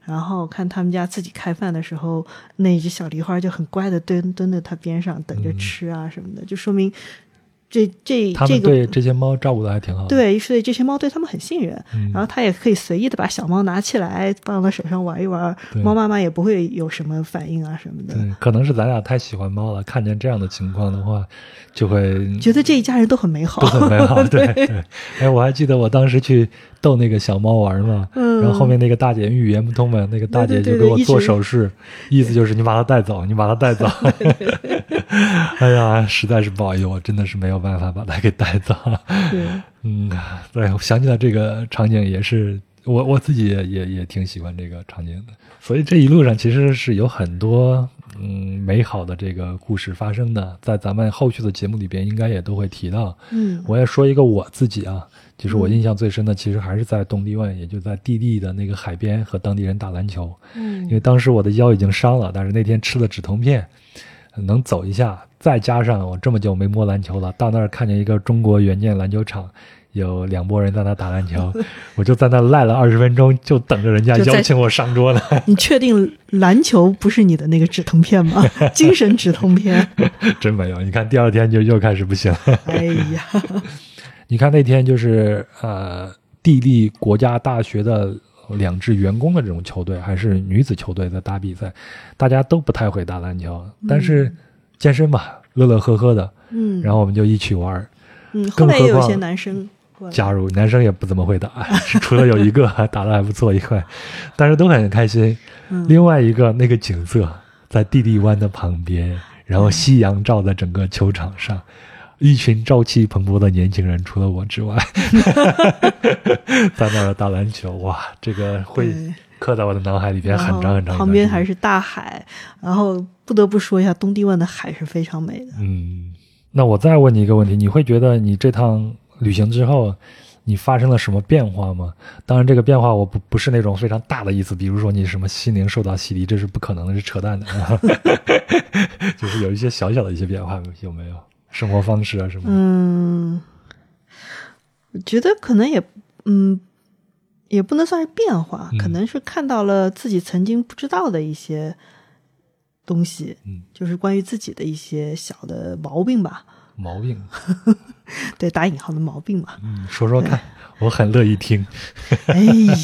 然后看他们家自己开饭的时候，那只小梨花就很乖的蹲在他边上等着吃啊什么的，就说明他们对这些猫照顾的还挺好的。 对，所以这些猫对他们很信任，然后他也可以随意的把小猫拿起来放到手上玩一玩，猫妈妈也不会有什么反应啊什么的。 对，可能是咱俩太喜欢猫了，看见这样的情况的话就会觉得这一家人都很美好， 都很美好。对对。哎，我还记得我当时去逗那个小猫玩嘛，然后后面那个大姐语言不通嘛，那个大姐就给我做手势，意思就是你把它带走，你把它带走。哎呀，实在是不好意思，我真的是没有办法把它给带走。对，我想起来这个场景也是我自己也挺喜欢这个场景的。所以这一路上其实是有很多美好的这个故事发生的，在咱们后续的节目里边应该也都会提到。我也说一个我自己啊，就是我印象最深的其实还是在东帝汶，也就在地利的那个海边和当地人打篮球。因为当时我的腰已经伤了，但是那天吃了止痛片能走一下，再加上我这么久没摸篮球了，到那儿看见一个中国援建篮球场，有2拨人在那打篮球，我就在那赖了20分钟，就等着人家邀请我上桌呢。 你确定篮球不是你的那个止痛片吗？精神止痛片？ 真没有，你看第二天就又开始不行了。 哎呀， 你看那天就是地利国家大学的2支员工的这种球队，还是女子球队在打比赛，大家都不太会打篮球，但是健身嘛，乐乐呵呵的，然后我们就一起玩。 后来也有些男生加入，男生也不怎么会打，除了有一个打得还不错一块，但是都很开心。另外一个那个景色在地利湾的旁边，然后夕阳照在整个球场上，一群朝气蓬勃的年轻人，除了我之外在那儿打篮球，哇，这个会刻在我的脑海里边很长很长。 旁边还是大海，然后不得不说一下东帝汶的海是非常美的。 那我再问你一个问题，你会觉得你这趟旅行之后你发生了什么变化吗？当然这个变化我不是那种非常大的意思，比如说你什么心灵受到洗礼，这是不可能的，是扯淡的就是有一些小小的一些变化，有没有生活方式啊什么？ 我觉得可能也不能算是变化，可能是看到了自己曾经不知道的一些东西，就是关于自己的一些小的毛病吧。 毛病对，打引号的毛病嘛。 说说看，我很乐意听。 哎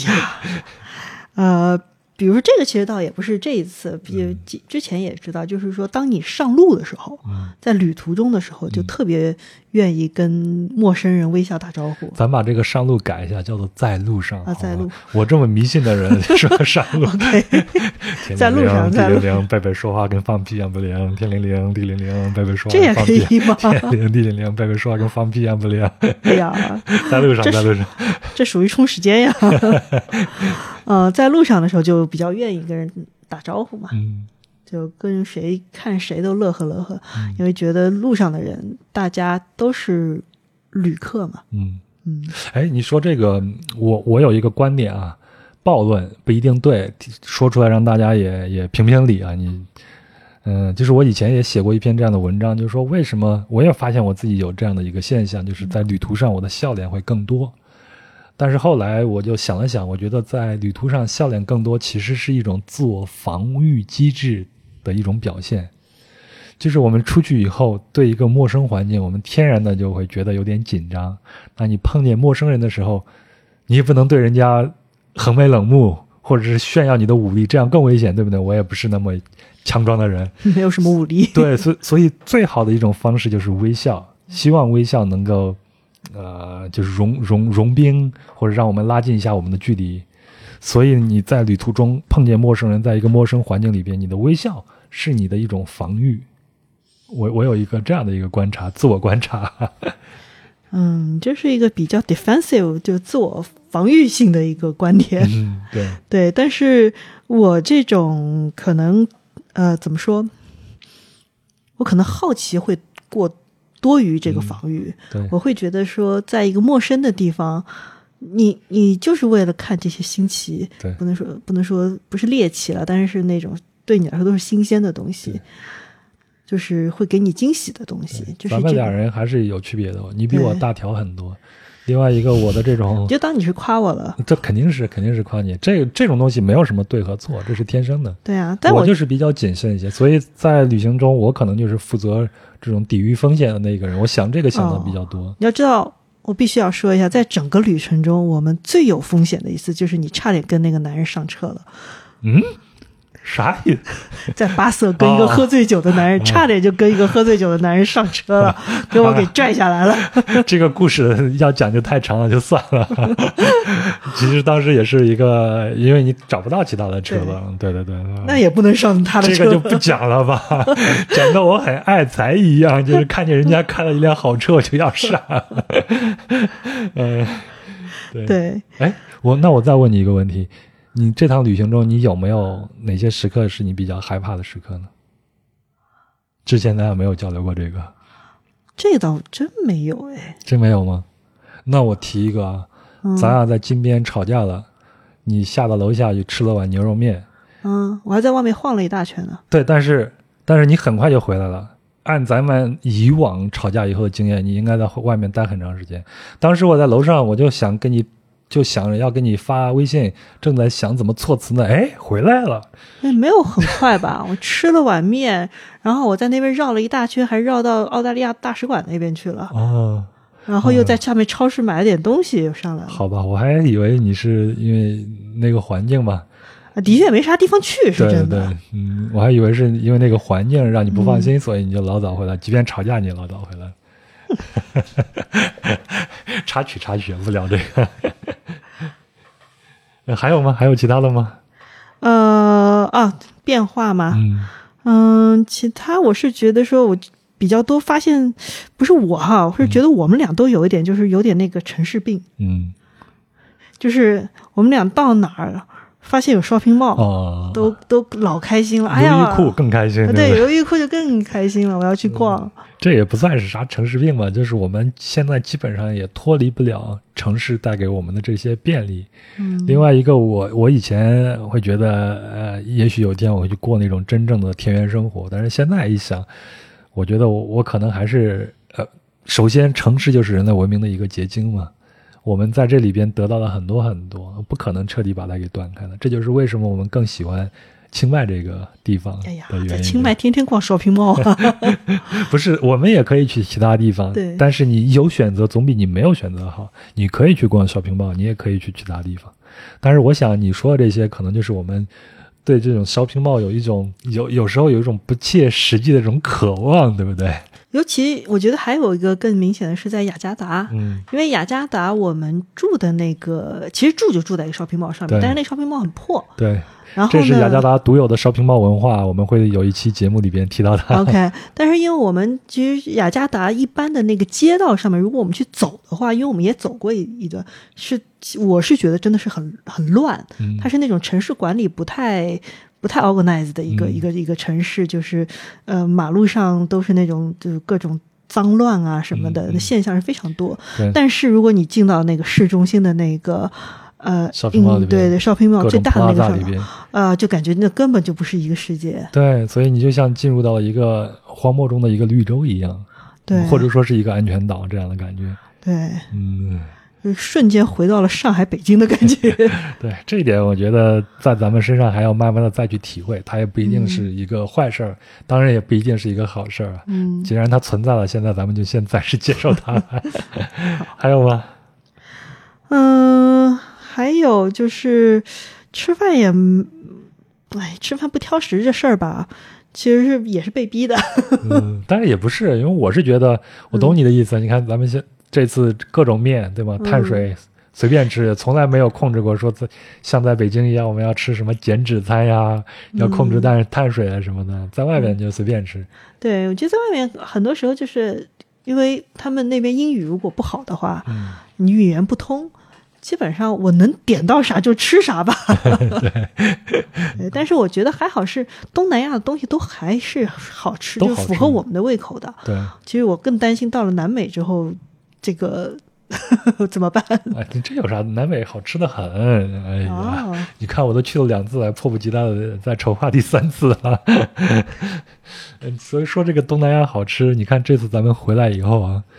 呀，比如这个其实倒也不是这一次，之前也知道，就是说当你上路的时候，在旅途中的时候，就特别愿意跟陌生人微笑打招呼。 咱把这个上路改一下，叫做在路上啊，在路。 我这么迷信的人说上路在路上， 地灵灵，贝贝说话跟放屁一样不灵，天灵灵，地灵灵，贝贝说话这也可以吗？ 天灵地灵灵，贝贝说话跟放屁一样不灵。 哎呀， 在路上，在路上， 这属于充时间呀。在路上的时候就比较愿意跟人打招呼嘛，就跟谁看谁都乐呵乐呵，因为觉得路上的人大家都是旅客嘛。 哎，你说这个，我有一个观点啊，暴论不一定对，说出来让大家也评评理啊。就是我以前也写过一篇这样的文章，就是说为什么我也发现我自己有这样的一个现象，就是在旅途上我的笑脸会更多。但是后来我就想了想，我觉得在旅途上笑脸更多其实是一种自我防御机制的一种表现。就是我们出去以后，对一个陌生环境，我们天然的就会觉得有点紧张。那你碰见陌生人的时候，你也不能对人家横眉冷目，或者是炫耀你的武力，这样更危险，对不对？我也不是那么强壮的人， 没有什么武力。 对，所以最好的一种方式就是微笑，希望微笑能够就是融冰，或者让我们拉近一下我们的距离。所以你在旅途中碰见陌生人，在一个陌生环境里边，你的微笑是你的一种防御。我有一个这样的一个观察，自我观察。 这是一个比较 defensive 就自我防御性的一个观点。对，但是我这种可能怎么说，我可能好奇会多于这个防御。我会觉得说在一个陌生的地方，你就是为了看这些新奇，不能说不是猎奇了，但是那种对你来说都是新鲜的东西，就是会给你惊喜的东西。就是咱们俩人还是有区别的，你比我大条很多。 另外一个我的这种， 就当你是夸我了， 这肯定是夸你。这种东西没有什么对和错，这是天生的。 对啊，但我就是比较谨慎一些，所以在旅行中我可能就是负责这种抵御风险的那个人，我想这个想的比较多。 你要知道，我必须要说一下，在整个旅程中，我们最有风险的一次就是你差点跟那个男人上车了。 啥意思？ 在巴塞跟一个喝醉酒的男人，差点就跟一个喝醉酒的男人上车了，给我给拽下来了。 这个故事要讲就太长了，就算了。其实当时也是一个，因为你找不到其他的车了，对。 那也不能上他的车， 这个就不讲了吧，讲的我很爱财一样，就是看见人家开了一辆好车我就要上。 对。 哎，那我再问你一个问题。你这趟旅行中，你有没有哪些时刻是你比较害怕的时刻呢？之前咱俩没有交流过这个。 这倒真没有哎。 真没有吗？那我提一个啊，咱俩在金边吵架了，你下到楼下去吃了碗牛肉面。 我还在外面晃了一大圈呢。对， 但是你很快就回来了。按咱们以往吵架以后的经验，你应该在外面待很长时间。当时我在楼上，我就想着要给你发微信，正在想怎么措辞呢，回来了。 没有很快吧，我吃了碗面，然后我在那边绕了一大圈，还绕到澳大利亚大使馆那边去了。然后又在下面超市买了点东西又上来了。 好吧，我还以为你是因为那个环境吧。 的确没啥地方去，是真的。 对，我还以为是因为那个环境让你不放心，所以你就老早回来，即便吵架你也老早回来。插曲，不聊这个。还有吗？还有其他的吗？ 变化吗？其他我是觉得说我比较多发现，不是我哈，我是觉得我们俩都有一点，就是有点那个城市病。就是我们俩到哪儿发现有 shopping mall，都老开心了。哎呀， 优衣库更开心。 对，优衣库就更开心了，我要去逛。 这也不算是啥城市病吧，就是我们现在基本上也脱离不了城市带给我们的这些便利。另外一个我以前会觉得也许有一天我会去过那种真正的田园生活，但是现在一想，我觉得我可能还是首先城市就是人类文明的一个结晶嘛，我们在这里边得到了很多很多，不可能彻底把它给断开的。这就是为什么我们更喜欢清迈这个地方的原因。在清迈天天逛 shopping mall 不是，我们也可以去其他地方， 对， 但是你有选择总比你没有选择好。你可以去逛 shopping mall， 你也可以去其他地方。但是我想你说的这些可能就是我们对这种 shopping mall 有一种有时候有一种不切实际的这种渴望，对不对？ 尤其我觉得还有一个更明显的是在雅加达，因为雅加达我们住的那个其实就住在一个 shopping mall 上面，但是那 shopping mall 很破。 对， 然后这是雅加达独有的 shopping mall 文化，我们会有一期节目里边提到它。 OK， 但是因为我们其实雅加达一般的那个街道上面，如果我们去走的话，因为我们也走过一段，我是觉得真的是很乱，它是那种城市管理不太 organized 的一个城市，就是马路上都是那种就是各种脏乱啊什么的现象是非常多。但是如果你进到那个市中心的那个 shopping mall 里边， 对 shopping mall 最大的那个里边就感觉那根本就不是一个世界。 对，所以你就像进入到了一个荒漠中的一个绿洲一样， 对， 或者说是一个安全岛这样的感觉。 对，瞬间回到了上海、北京的感觉。 对，这一点我觉得在咱们身上还要慢慢的再去体会，它也不一定是一个坏事儿，当然也不一定是一个好事儿。既然它存在了，现在咱们就先暂时接受它。还有吗？ 还有就是吃饭吃饭不挑食这事儿吧，其实也是被逼的。 但是也不是，因为我是觉得我懂你的意思。你看咱们这次各种面，对吧？碳水随便吃，从来没有控制过说像在北京一样我们要吃什么减脂餐呀，要控制碳水啊什么的，在外面就随便吃。 对，我觉得在外面很多时候就是因为他们那边英语如果不好的话，你语言不通，基本上我能点到啥就吃啥吧。对，但是我觉得还好，是东南亚的东西都还是好吃，就符合我们的胃口的。 对， 其实我更担心到了南美之后这个怎么办？ 这有啥？南美好吃的很。哎呀，你看我都去了2次，还迫不及待的在筹划第3次了。所以说这个东南亚好吃，你看这次咱们回来以后啊，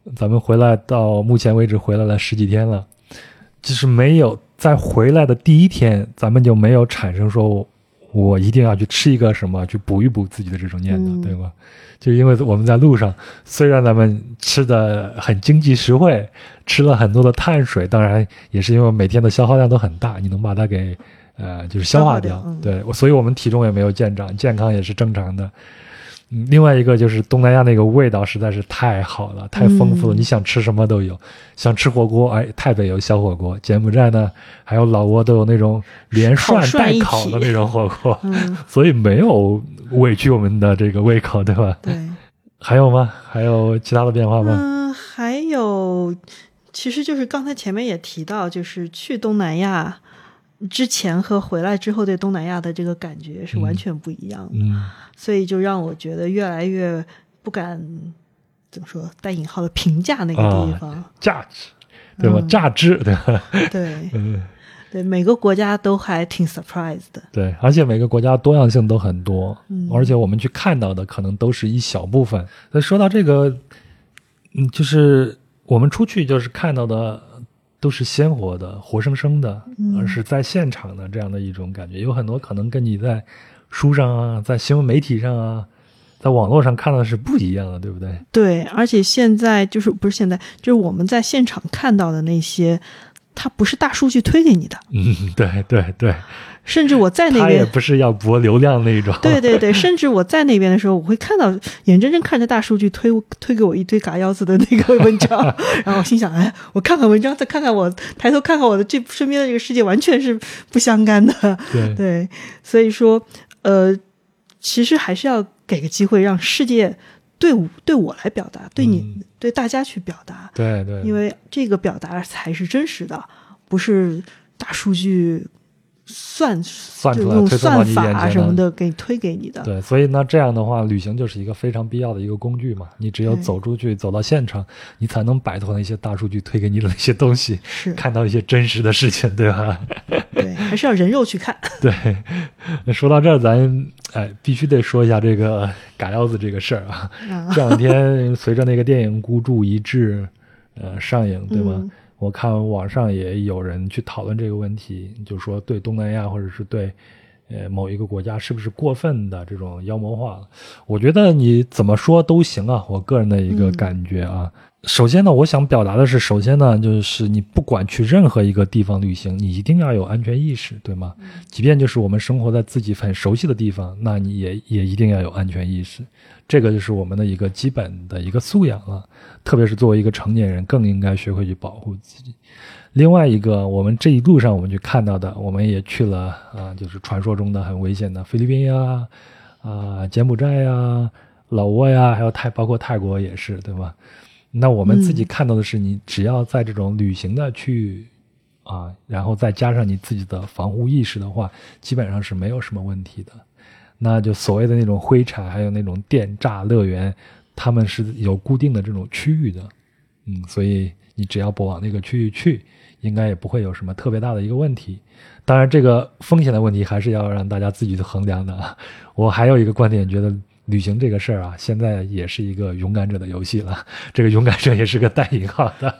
咱们回来到目前为止回来了10几天了，就是没有在回来的第一天，咱们就没有产生说我一定要去吃一个什么去补一补自己的这种念头，对吧？就因为我们在路上，虽然咱们吃的很经济实惠，吃了很多的碳水，当然也是因为每天的消耗量都很大，你能把它给就是消化掉，对，所以我们体重也没有见长，健康也是正常的。另外一个就是东南亚那个味道实在是太好了，太丰富了，你想吃什么都有。想吃火锅，台北有小火锅，柬埔寨呢还有老挝都有那种连涮带烤的那种火锅，所以没有委屈我们的这个胃口，对吧？ 对。 还有吗？还有其他的变化吗？ 还有，其实就是刚才前面也提到，就是去东南亚之前和回来之后对东南亚的这个感觉是完全不一样的，所以就让我觉得越来越不敢怎么说带引号的评价那个地方， 价值对吧？价值对吧？ 对，对，每个国家都还挺 surprise 的， 对，而且每个国家多样性都很多，而且我们去看到的可能都是一小部分。所以说到这个，就是我们出去就是看到的都是鲜活的、活生生的，而是在现场的这样的一种感觉。有很多可能跟你在书上啊、在新闻媒体上啊、在网络上看到的是不一样的，对不对？ 对，而且现在就是不是现在，就是我们在现场看到的那些，它不是大数据推给你的。 对对对。 甚至我在那边， 他也不是要博流量那种。 对对对，甚至我在那边的时候，我会看到眼睁睁看着大数据推给我一堆嘎腰子的那个文章，然后我心想，哎，我看看文章，再看看我抬头看看我的这身边的这个世界，完全是不相干的。对，所以说，其实还是要给个机会，让世界对我来表达，对你、对大家去表达。 对对， 因为这个表达才是真实的，不是大数据算出来用算法什么的给推给你的。 对，所以那这样的话，旅行就是一个非常必要的一个工具嘛。你只有走出去，走到现场，你才能摆脱那些大数据推给你的那些东西， 是看到一些真实的事情，对吧？ 对，还是要人肉去看。 对，说到这儿，咱必须得说一下这个嘎腰子这个事儿啊。这两天随着那个电影《孤注一掷》上映，对吗？我看网上也有人去讨论这个问题，就说对东南亚或者是对某一个国家是不是过分的这种妖魔化了。我觉得你怎么说都行啊，我个人的一个感觉啊。首先呢，我想表达的是，首先呢，就是你不管去任何一个地方旅行，你一定要有安全意识，对吗？即便就是我们生活在自己很熟悉的地方，那你也一定要有安全意识，这个就是我们的一个基本的一个素养了。特别是作为一个成年人，更应该学会去保护自己。另外一个，我们这一路上我们去看到的，我们也去了就是传说中的很危险的菲律宾呀、柬埔寨呀、老挝呀，还有包括泰国也是，对吧？那我们自己看到的是，你只要在这种旅行的区域然后再加上你自己的防护意识的话，基本上是没有什么问题的。那就所谓的那种灰产，还有那种电诈乐园，他们是有固定的这种区域的，所以你只要不往那个区域去，应该也不会有什么特别大的一个问题。当然，这个风险的问题还是要让大家自己去衡量的。我还有一个观点，觉得旅行这个事儿现在也是一个勇敢者的游戏了。这个勇敢者也是个带引号的。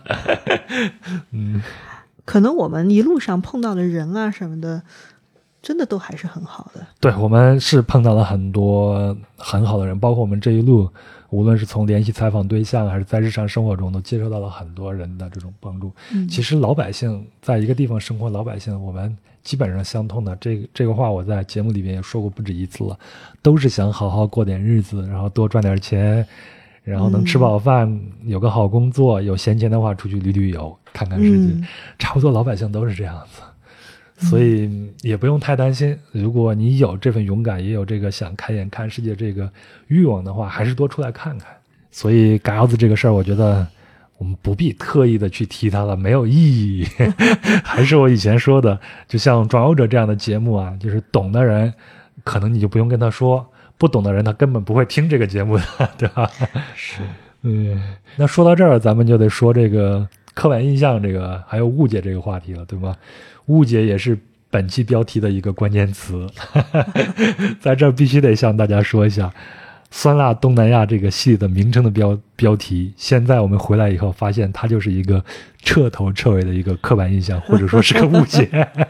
可能我们一路上碰到的人什么的，真的都还是很好的。 对，我们是碰到了很多很好的人，包括我们这一路，无论是从联系采访对象，还是在日常生活中，都接受到了很多人的这种帮助。其实老百姓在一个地方生活，老百姓我们基本上相通的。这个话我在节目里面也说过不止一次了，都是想好好过点日子，然后多赚点钱，然后能吃饱饭，有个好工作，有闲钱的话出去旅游，看看世界。差不多老百姓都是这样子。所以也不用太担心，如果你有这份勇敢，也有这个想开眼看世界这个欲望的话，还是多出来看看。所以嘎腰子这个事儿，我觉得我们不必特意的去提它了，没有意义。还是我以前说的，就像壮游者这样的节目就是懂的人可能你就不用跟他说，不懂的人他根本不会听这个节目的，对吧？ 是。 那说到这儿，咱们就得说这个刻板印象这个还有误解这个话题了，对吧？误解也是本期标题的一个关键词。在这儿必须得向大家说一下，酸辣东南亚这个系列的名称的标题，现在我们回来以后发现它就是一个彻头彻尾的一个刻板印象，或者说是个误解。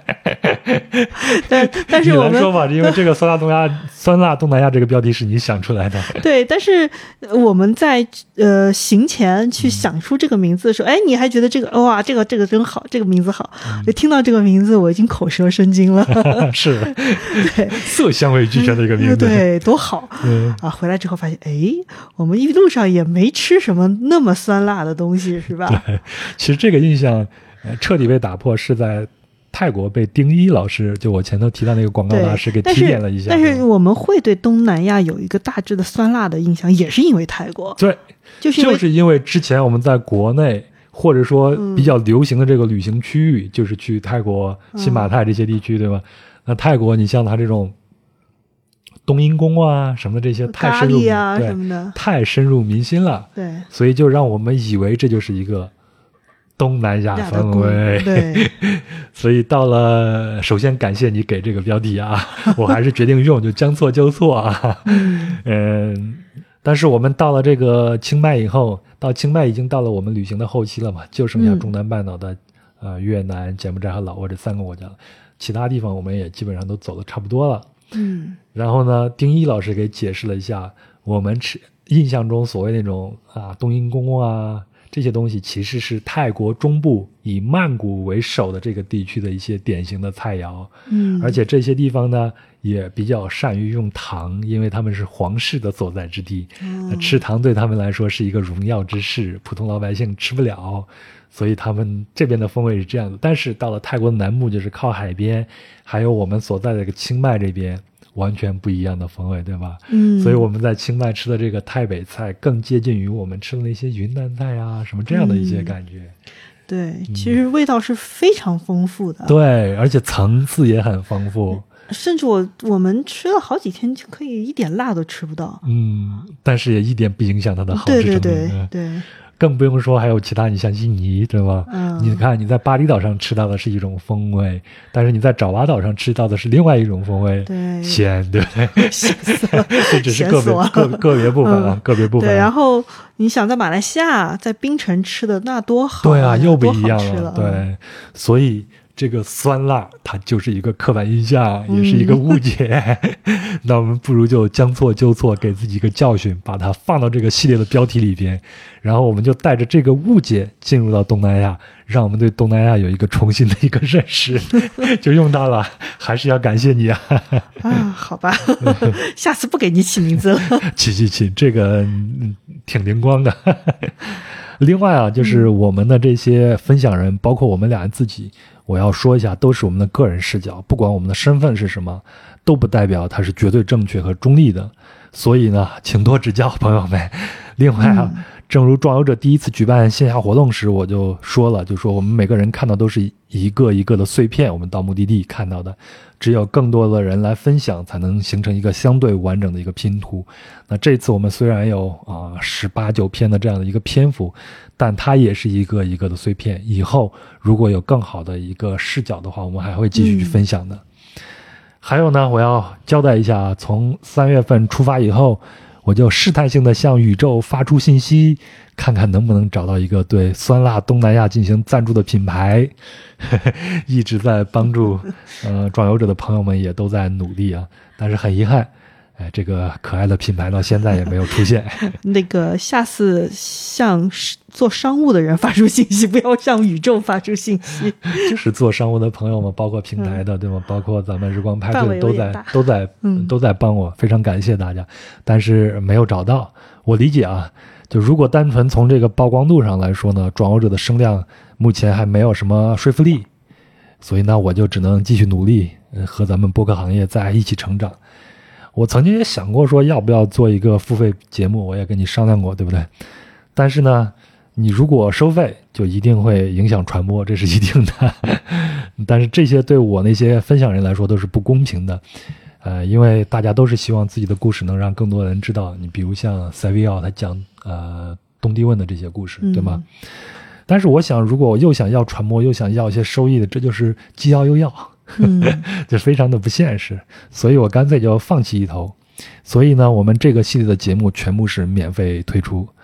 但是我们你来说吧，因为这个酸辣东南亚这个标题是你想出来的。 对，但是我们在行前去想出这个名字的时候，你还觉得这个哇，这个真好，这个名字好。就听到这个名字，我已经口舌生津了。 是， 对， 色香味俱全的一个名字， 对，多好。回来之后发现，我们一路上也没吃什么那么酸辣的东西，是吧？ 对，其实这个印象彻底被打破是在泰国被丁一老师，就我前头提到那个广告大师给提点了一下。 但是我们会对东南亚有一个大致的酸辣的印象，也是因为泰国。 对，就是因为之前我们在国内或者说比较流行的这个旅行区域，就是去泰国、新马泰这些地区，对吧？那泰国，你像它这种冬阴功啊什么的这些太深入什么的， 太深入民心了。 对， 所以就让我们以为这就是一个东南亚氛围。 对， 所以到了，首先感谢你给这个标题啊，我还是决定用，就将错就错啊。但是我们到了这个清迈以后，到清迈已经到了我们旅行的后期了嘛，就剩下中南半岛的越南、柬埔寨和老挝这3个国家了，其他地方我们也基本上都走得差不多了。然后呢，丁一老师给解释了一下，我们印象中所谓那种冬阴功啊这些东西，其实是泰国中部以曼谷为首的这个地区的一些典型的菜肴。而且这些地方呢也比较善于用糖，因为他们是皇室的所在之地。吃糖对他们来说是一个荣耀之事，普通老百姓吃不了，所以他们这边的风味是这样的。但是到了泰国的南部，就是靠海边，还有我们所在的这个清迈这边，完全不一样的风味，对吧？所以我们在清迈吃的这个泰北菜更接近于我们吃的那些云南菜啊什么这样的一些感觉。 对，其实味道是非常丰富的。 对，而且层次也很丰富。 甚至我们吃了好几天就可以一点辣都吃不到。 但是也一点不影响它的好吃程度。 对。 更不用说还有其他，你像印尼，对吧？你看你在巴厘岛上吃到的是一种风味，但是你在爪哇岛上吃到的是另外一种风味， 对， 咸，对不对？ 咸死了， 这只是个别部分啊，个别部分。 对，然后你想在马来西亚、在槟城吃的那多好， 对啊，又不一样了。 对，所以这个酸辣它就是一个刻板印象，也是一个误解。那我们不如就将错就错，给自己一个教训，把它放到这个系列的标题里边，然后我们就带着这个误解进入到东南亚，让我们对东南亚有一个重新的一个认识。就用到了，还是要感谢你啊。 好吧，下次不给你起名字了。 起，这个挺灵光的。另外啊，就是我们的这些分享人，包括我们俩自己，我要说一下，都是我们的个人视角，不管我们的身份是什么，都不代表它是绝对正确和中立的。所以呢，请多指教，朋友们。另外啊，正如壮游者第一次举办线下活动时，我就说了，就说我们每个人看到都是一个一个的碎片，我们到目的地看到的，只有更多的人来分享，才能形成一个相对完整的一个拼图。那这次我们虽然有18、19篇的这样的一个篇幅，但它也是一个一个的碎片。以后如果有更好的一个视角的话，我们还会继续去分享的。还有呢，我要交代一下，从3月份出发以后，我就试探性的向宇宙发出信息，看看能不能找到一个对酸辣东南亚进行赞助的品牌。一直在帮助壮游者的朋友们也都在努力啊，但是很遗憾，这个可爱的品牌到现在也没有出现。 那个下次向做商务的人发出信息，不要向宇宙发出信息。 就是做商务的朋友们，包括平台的，对吗？包括咱们日光派对都在帮我，非常感谢大家。但是没有找到，我理解啊。就如果单纯从这个曝光度上来说呢，壮游者的声量目前还没有什么说服力，所以呢，我就只能继续努力，和咱们播客行业在一起成长。我曾经也想过说要不要做一个付费节目，我也跟你商量过，对不对？但是呢，你如果收费，就一定会影响传播，这是一定的。但是这些对我那些分享人来说都是不公平的。因为大家都是希望自己的故事能让更多人知道。你比如像塞维奥他讲东帝汶的这些故事，对吗？但是我想，如果我又想要传播，又想要一些收益的，这就是既要又要，就非常的不现实。所以我干脆就放弃一头。所以呢，我们这个系列的节目全部是免费推出。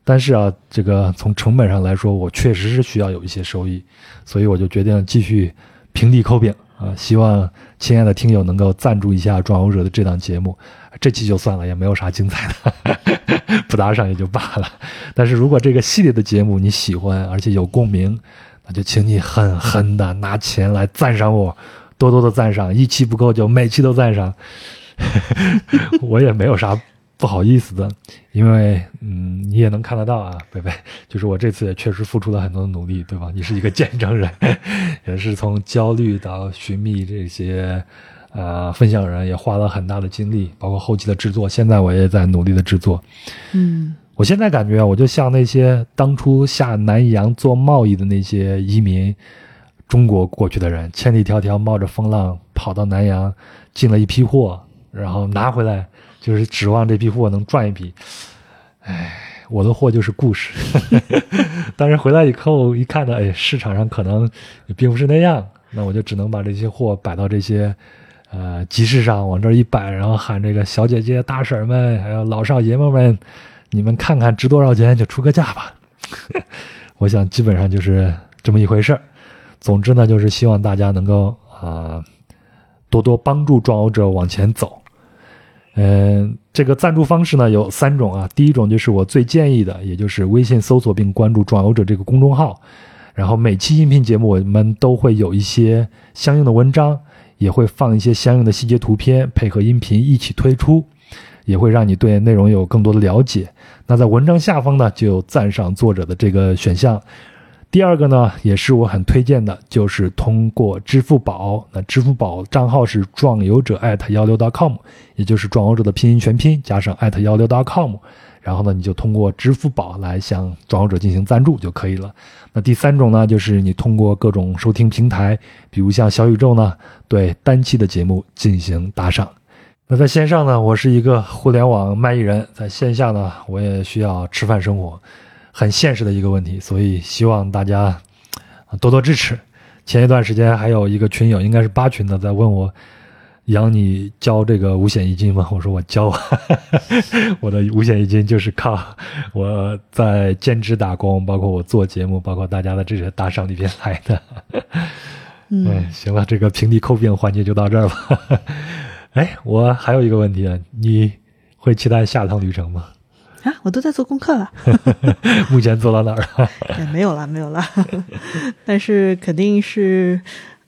但是啊，这个从成本上来说，我确实是需要有一些收益，所以我就决定继续平地抠饼啊！希望亲爱的听友能够赞助一下《壮游者》的这档节目。这期就算了，也没有啥精彩的，不打赏也就罢了。但是如果这个系列的节目你喜欢，而且有共鸣，那就请你狠狠的拿钱来赞赏我，多多的赞赏，一期不够就每期都赞赏。我也没有啥不好意思的，因为你也能看得到啊，贝贝，就是我这次也确实付出了很多的努力，对吧？你是一个见证人，也是从焦虑到寻觅这些分享人，也花了很大的精力，包括后期的制作，现在我也在努力的制作。我现在感觉我就像那些当初下南洋做贸易的那些移民中国过去的人，千里迢迢冒着风浪跑到南洋进了一批货，然后拿回来就是指望这批货能赚一笔。我的货就是故事。但是回来以后一看呢，市场上可能也并不是那样，那我就只能把这些货摆到这些集市上，往这儿一摆，然后喊这个小姐姐大婶们还有老少爷们们，你们看看值多少钱就出个价吧。我想基本上就是这么一回事。总之呢，就是希望大家能够多多帮助壮游者往前走。这个赞助方式呢有3种啊。第一种就是我最建议的，也就是微信搜索并关注壮游者这个公众号，然后每期音频节目我们都会有一些相应的文章，也会放一些相应的细节图片，配合音频一起推出，也会让你对内容有更多的了解。那在文章下方呢就有赞赏作者的这个选项。第二个呢，也是我很推荐的，就是通过支付宝，那支付宝账号是壮游者@16.com， 也就是壮游者的拼音全拼加上@16.com， 然后呢，你就通过支付宝来向壮游者进行赞助就可以了。那第3种呢，就是你通过各种收听平台，比如像小宇宙呢，对单期的节目进行打赏。那在线上呢，我是一个互联网卖艺人，在线下呢，我也需要吃饭生活。很现实的一个问题，所以希望大家多多支持。前一段时间还有一个群友，应该是8群的，在问我杨你交这个五险一金吗？我说我交。我的五险一金就是靠我在兼职打工，包括我做节目，包括大家的这些打赏里边来的。行了，这个平地抠饼环节就到这儿吧。我还有一个问题啊，你会期待下趟旅程吗？ 我都在做功课了。 目前做到哪儿了？ 没有了。但是肯定是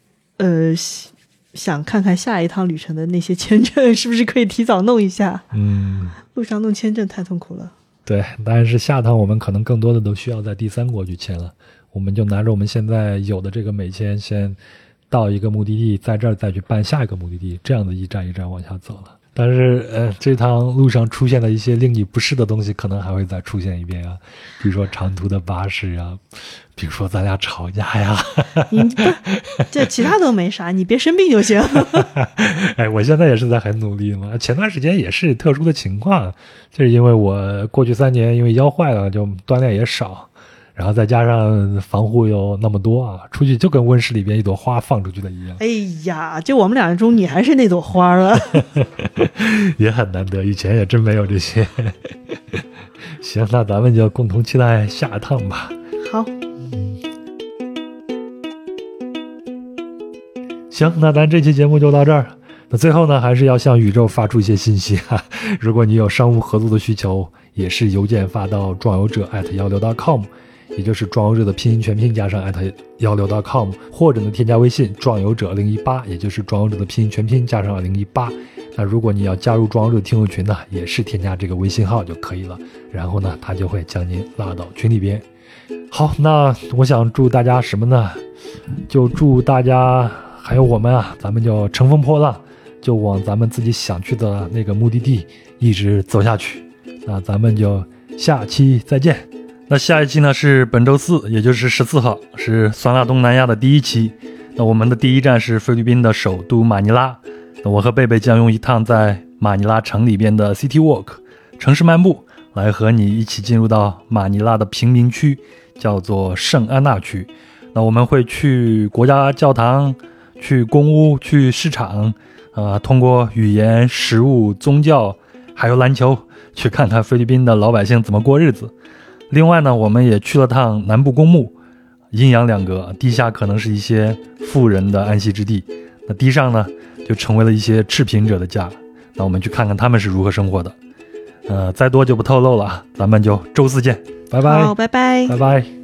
想看看下一趟旅程的那些签证是不是可以提早弄一下。路上弄签证太痛苦了。对，但是下趟我们可能更多的都需要在第3国去签了，我们就拿着我们现在有的这个美签，先到一个目的地，在这儿再去办下一个目的地，这样的一站一站往下走了。但是这趟路上出现的一些令你不适的东西可能还会再出现一遍啊，比如说长途的巴士啊，比如说咱俩吵架呀。这其他都没啥，你别生病就行。我现在也是在很努力嘛。前段时间也是特殊的情况，就是因为我过去3年因为腰坏了，就锻炼也少，然后再加上防护又那么多啊，出去就跟温室里边一朵花放出去的一样。就我们俩中你还是那朵花了。也很难得，以前也真没有这些。行，那咱们就共同期待下一趟吧。好。行，那咱这期节目就到这儿。那最后呢，还是要向宇宙发出一些信息啊。如果你有商务合作的需求，也是邮件发到壮游者@16.com，也就是壮游者的拼音全拼加上@16.com，或者呢添加微信壮游者2018，也就是壮游者的拼音全拼加上2018。那如果你要加入壮游者听友群呢，也是添加这个微信号就可以了，然后呢他就会将您拉到群里边。好，那我想祝大家什么呢？就祝大家还有我们啊，咱们就乘风破浪，就往咱们自己想去的那个目的地一直走下去。那咱们就下期再见。那下一期呢是本周4，也就是14号，是酸辣东南亚的第1期。那我们的第一站是菲律宾的首都马尼拉。那我和贝贝将用一趟在马尼拉城里边的 City Walk 城市漫步，来和你一起进入到马尼拉的贫民区，叫做圣安娜区。那我们会去国家教堂，去公屋，去市场，通过语言、食物、宗教还有篮球，去看看菲律宾的老百姓怎么过日子。 另外呢，我们也去了趟南部公墓，阴阳两隔，地下可能是一些富人的安息之地，那地上呢就成为了一些赤贫者的家。那我们去看看他们是如何生活的。再多就不透露了，咱们就周四见，拜拜。 好，拜拜， 拜拜。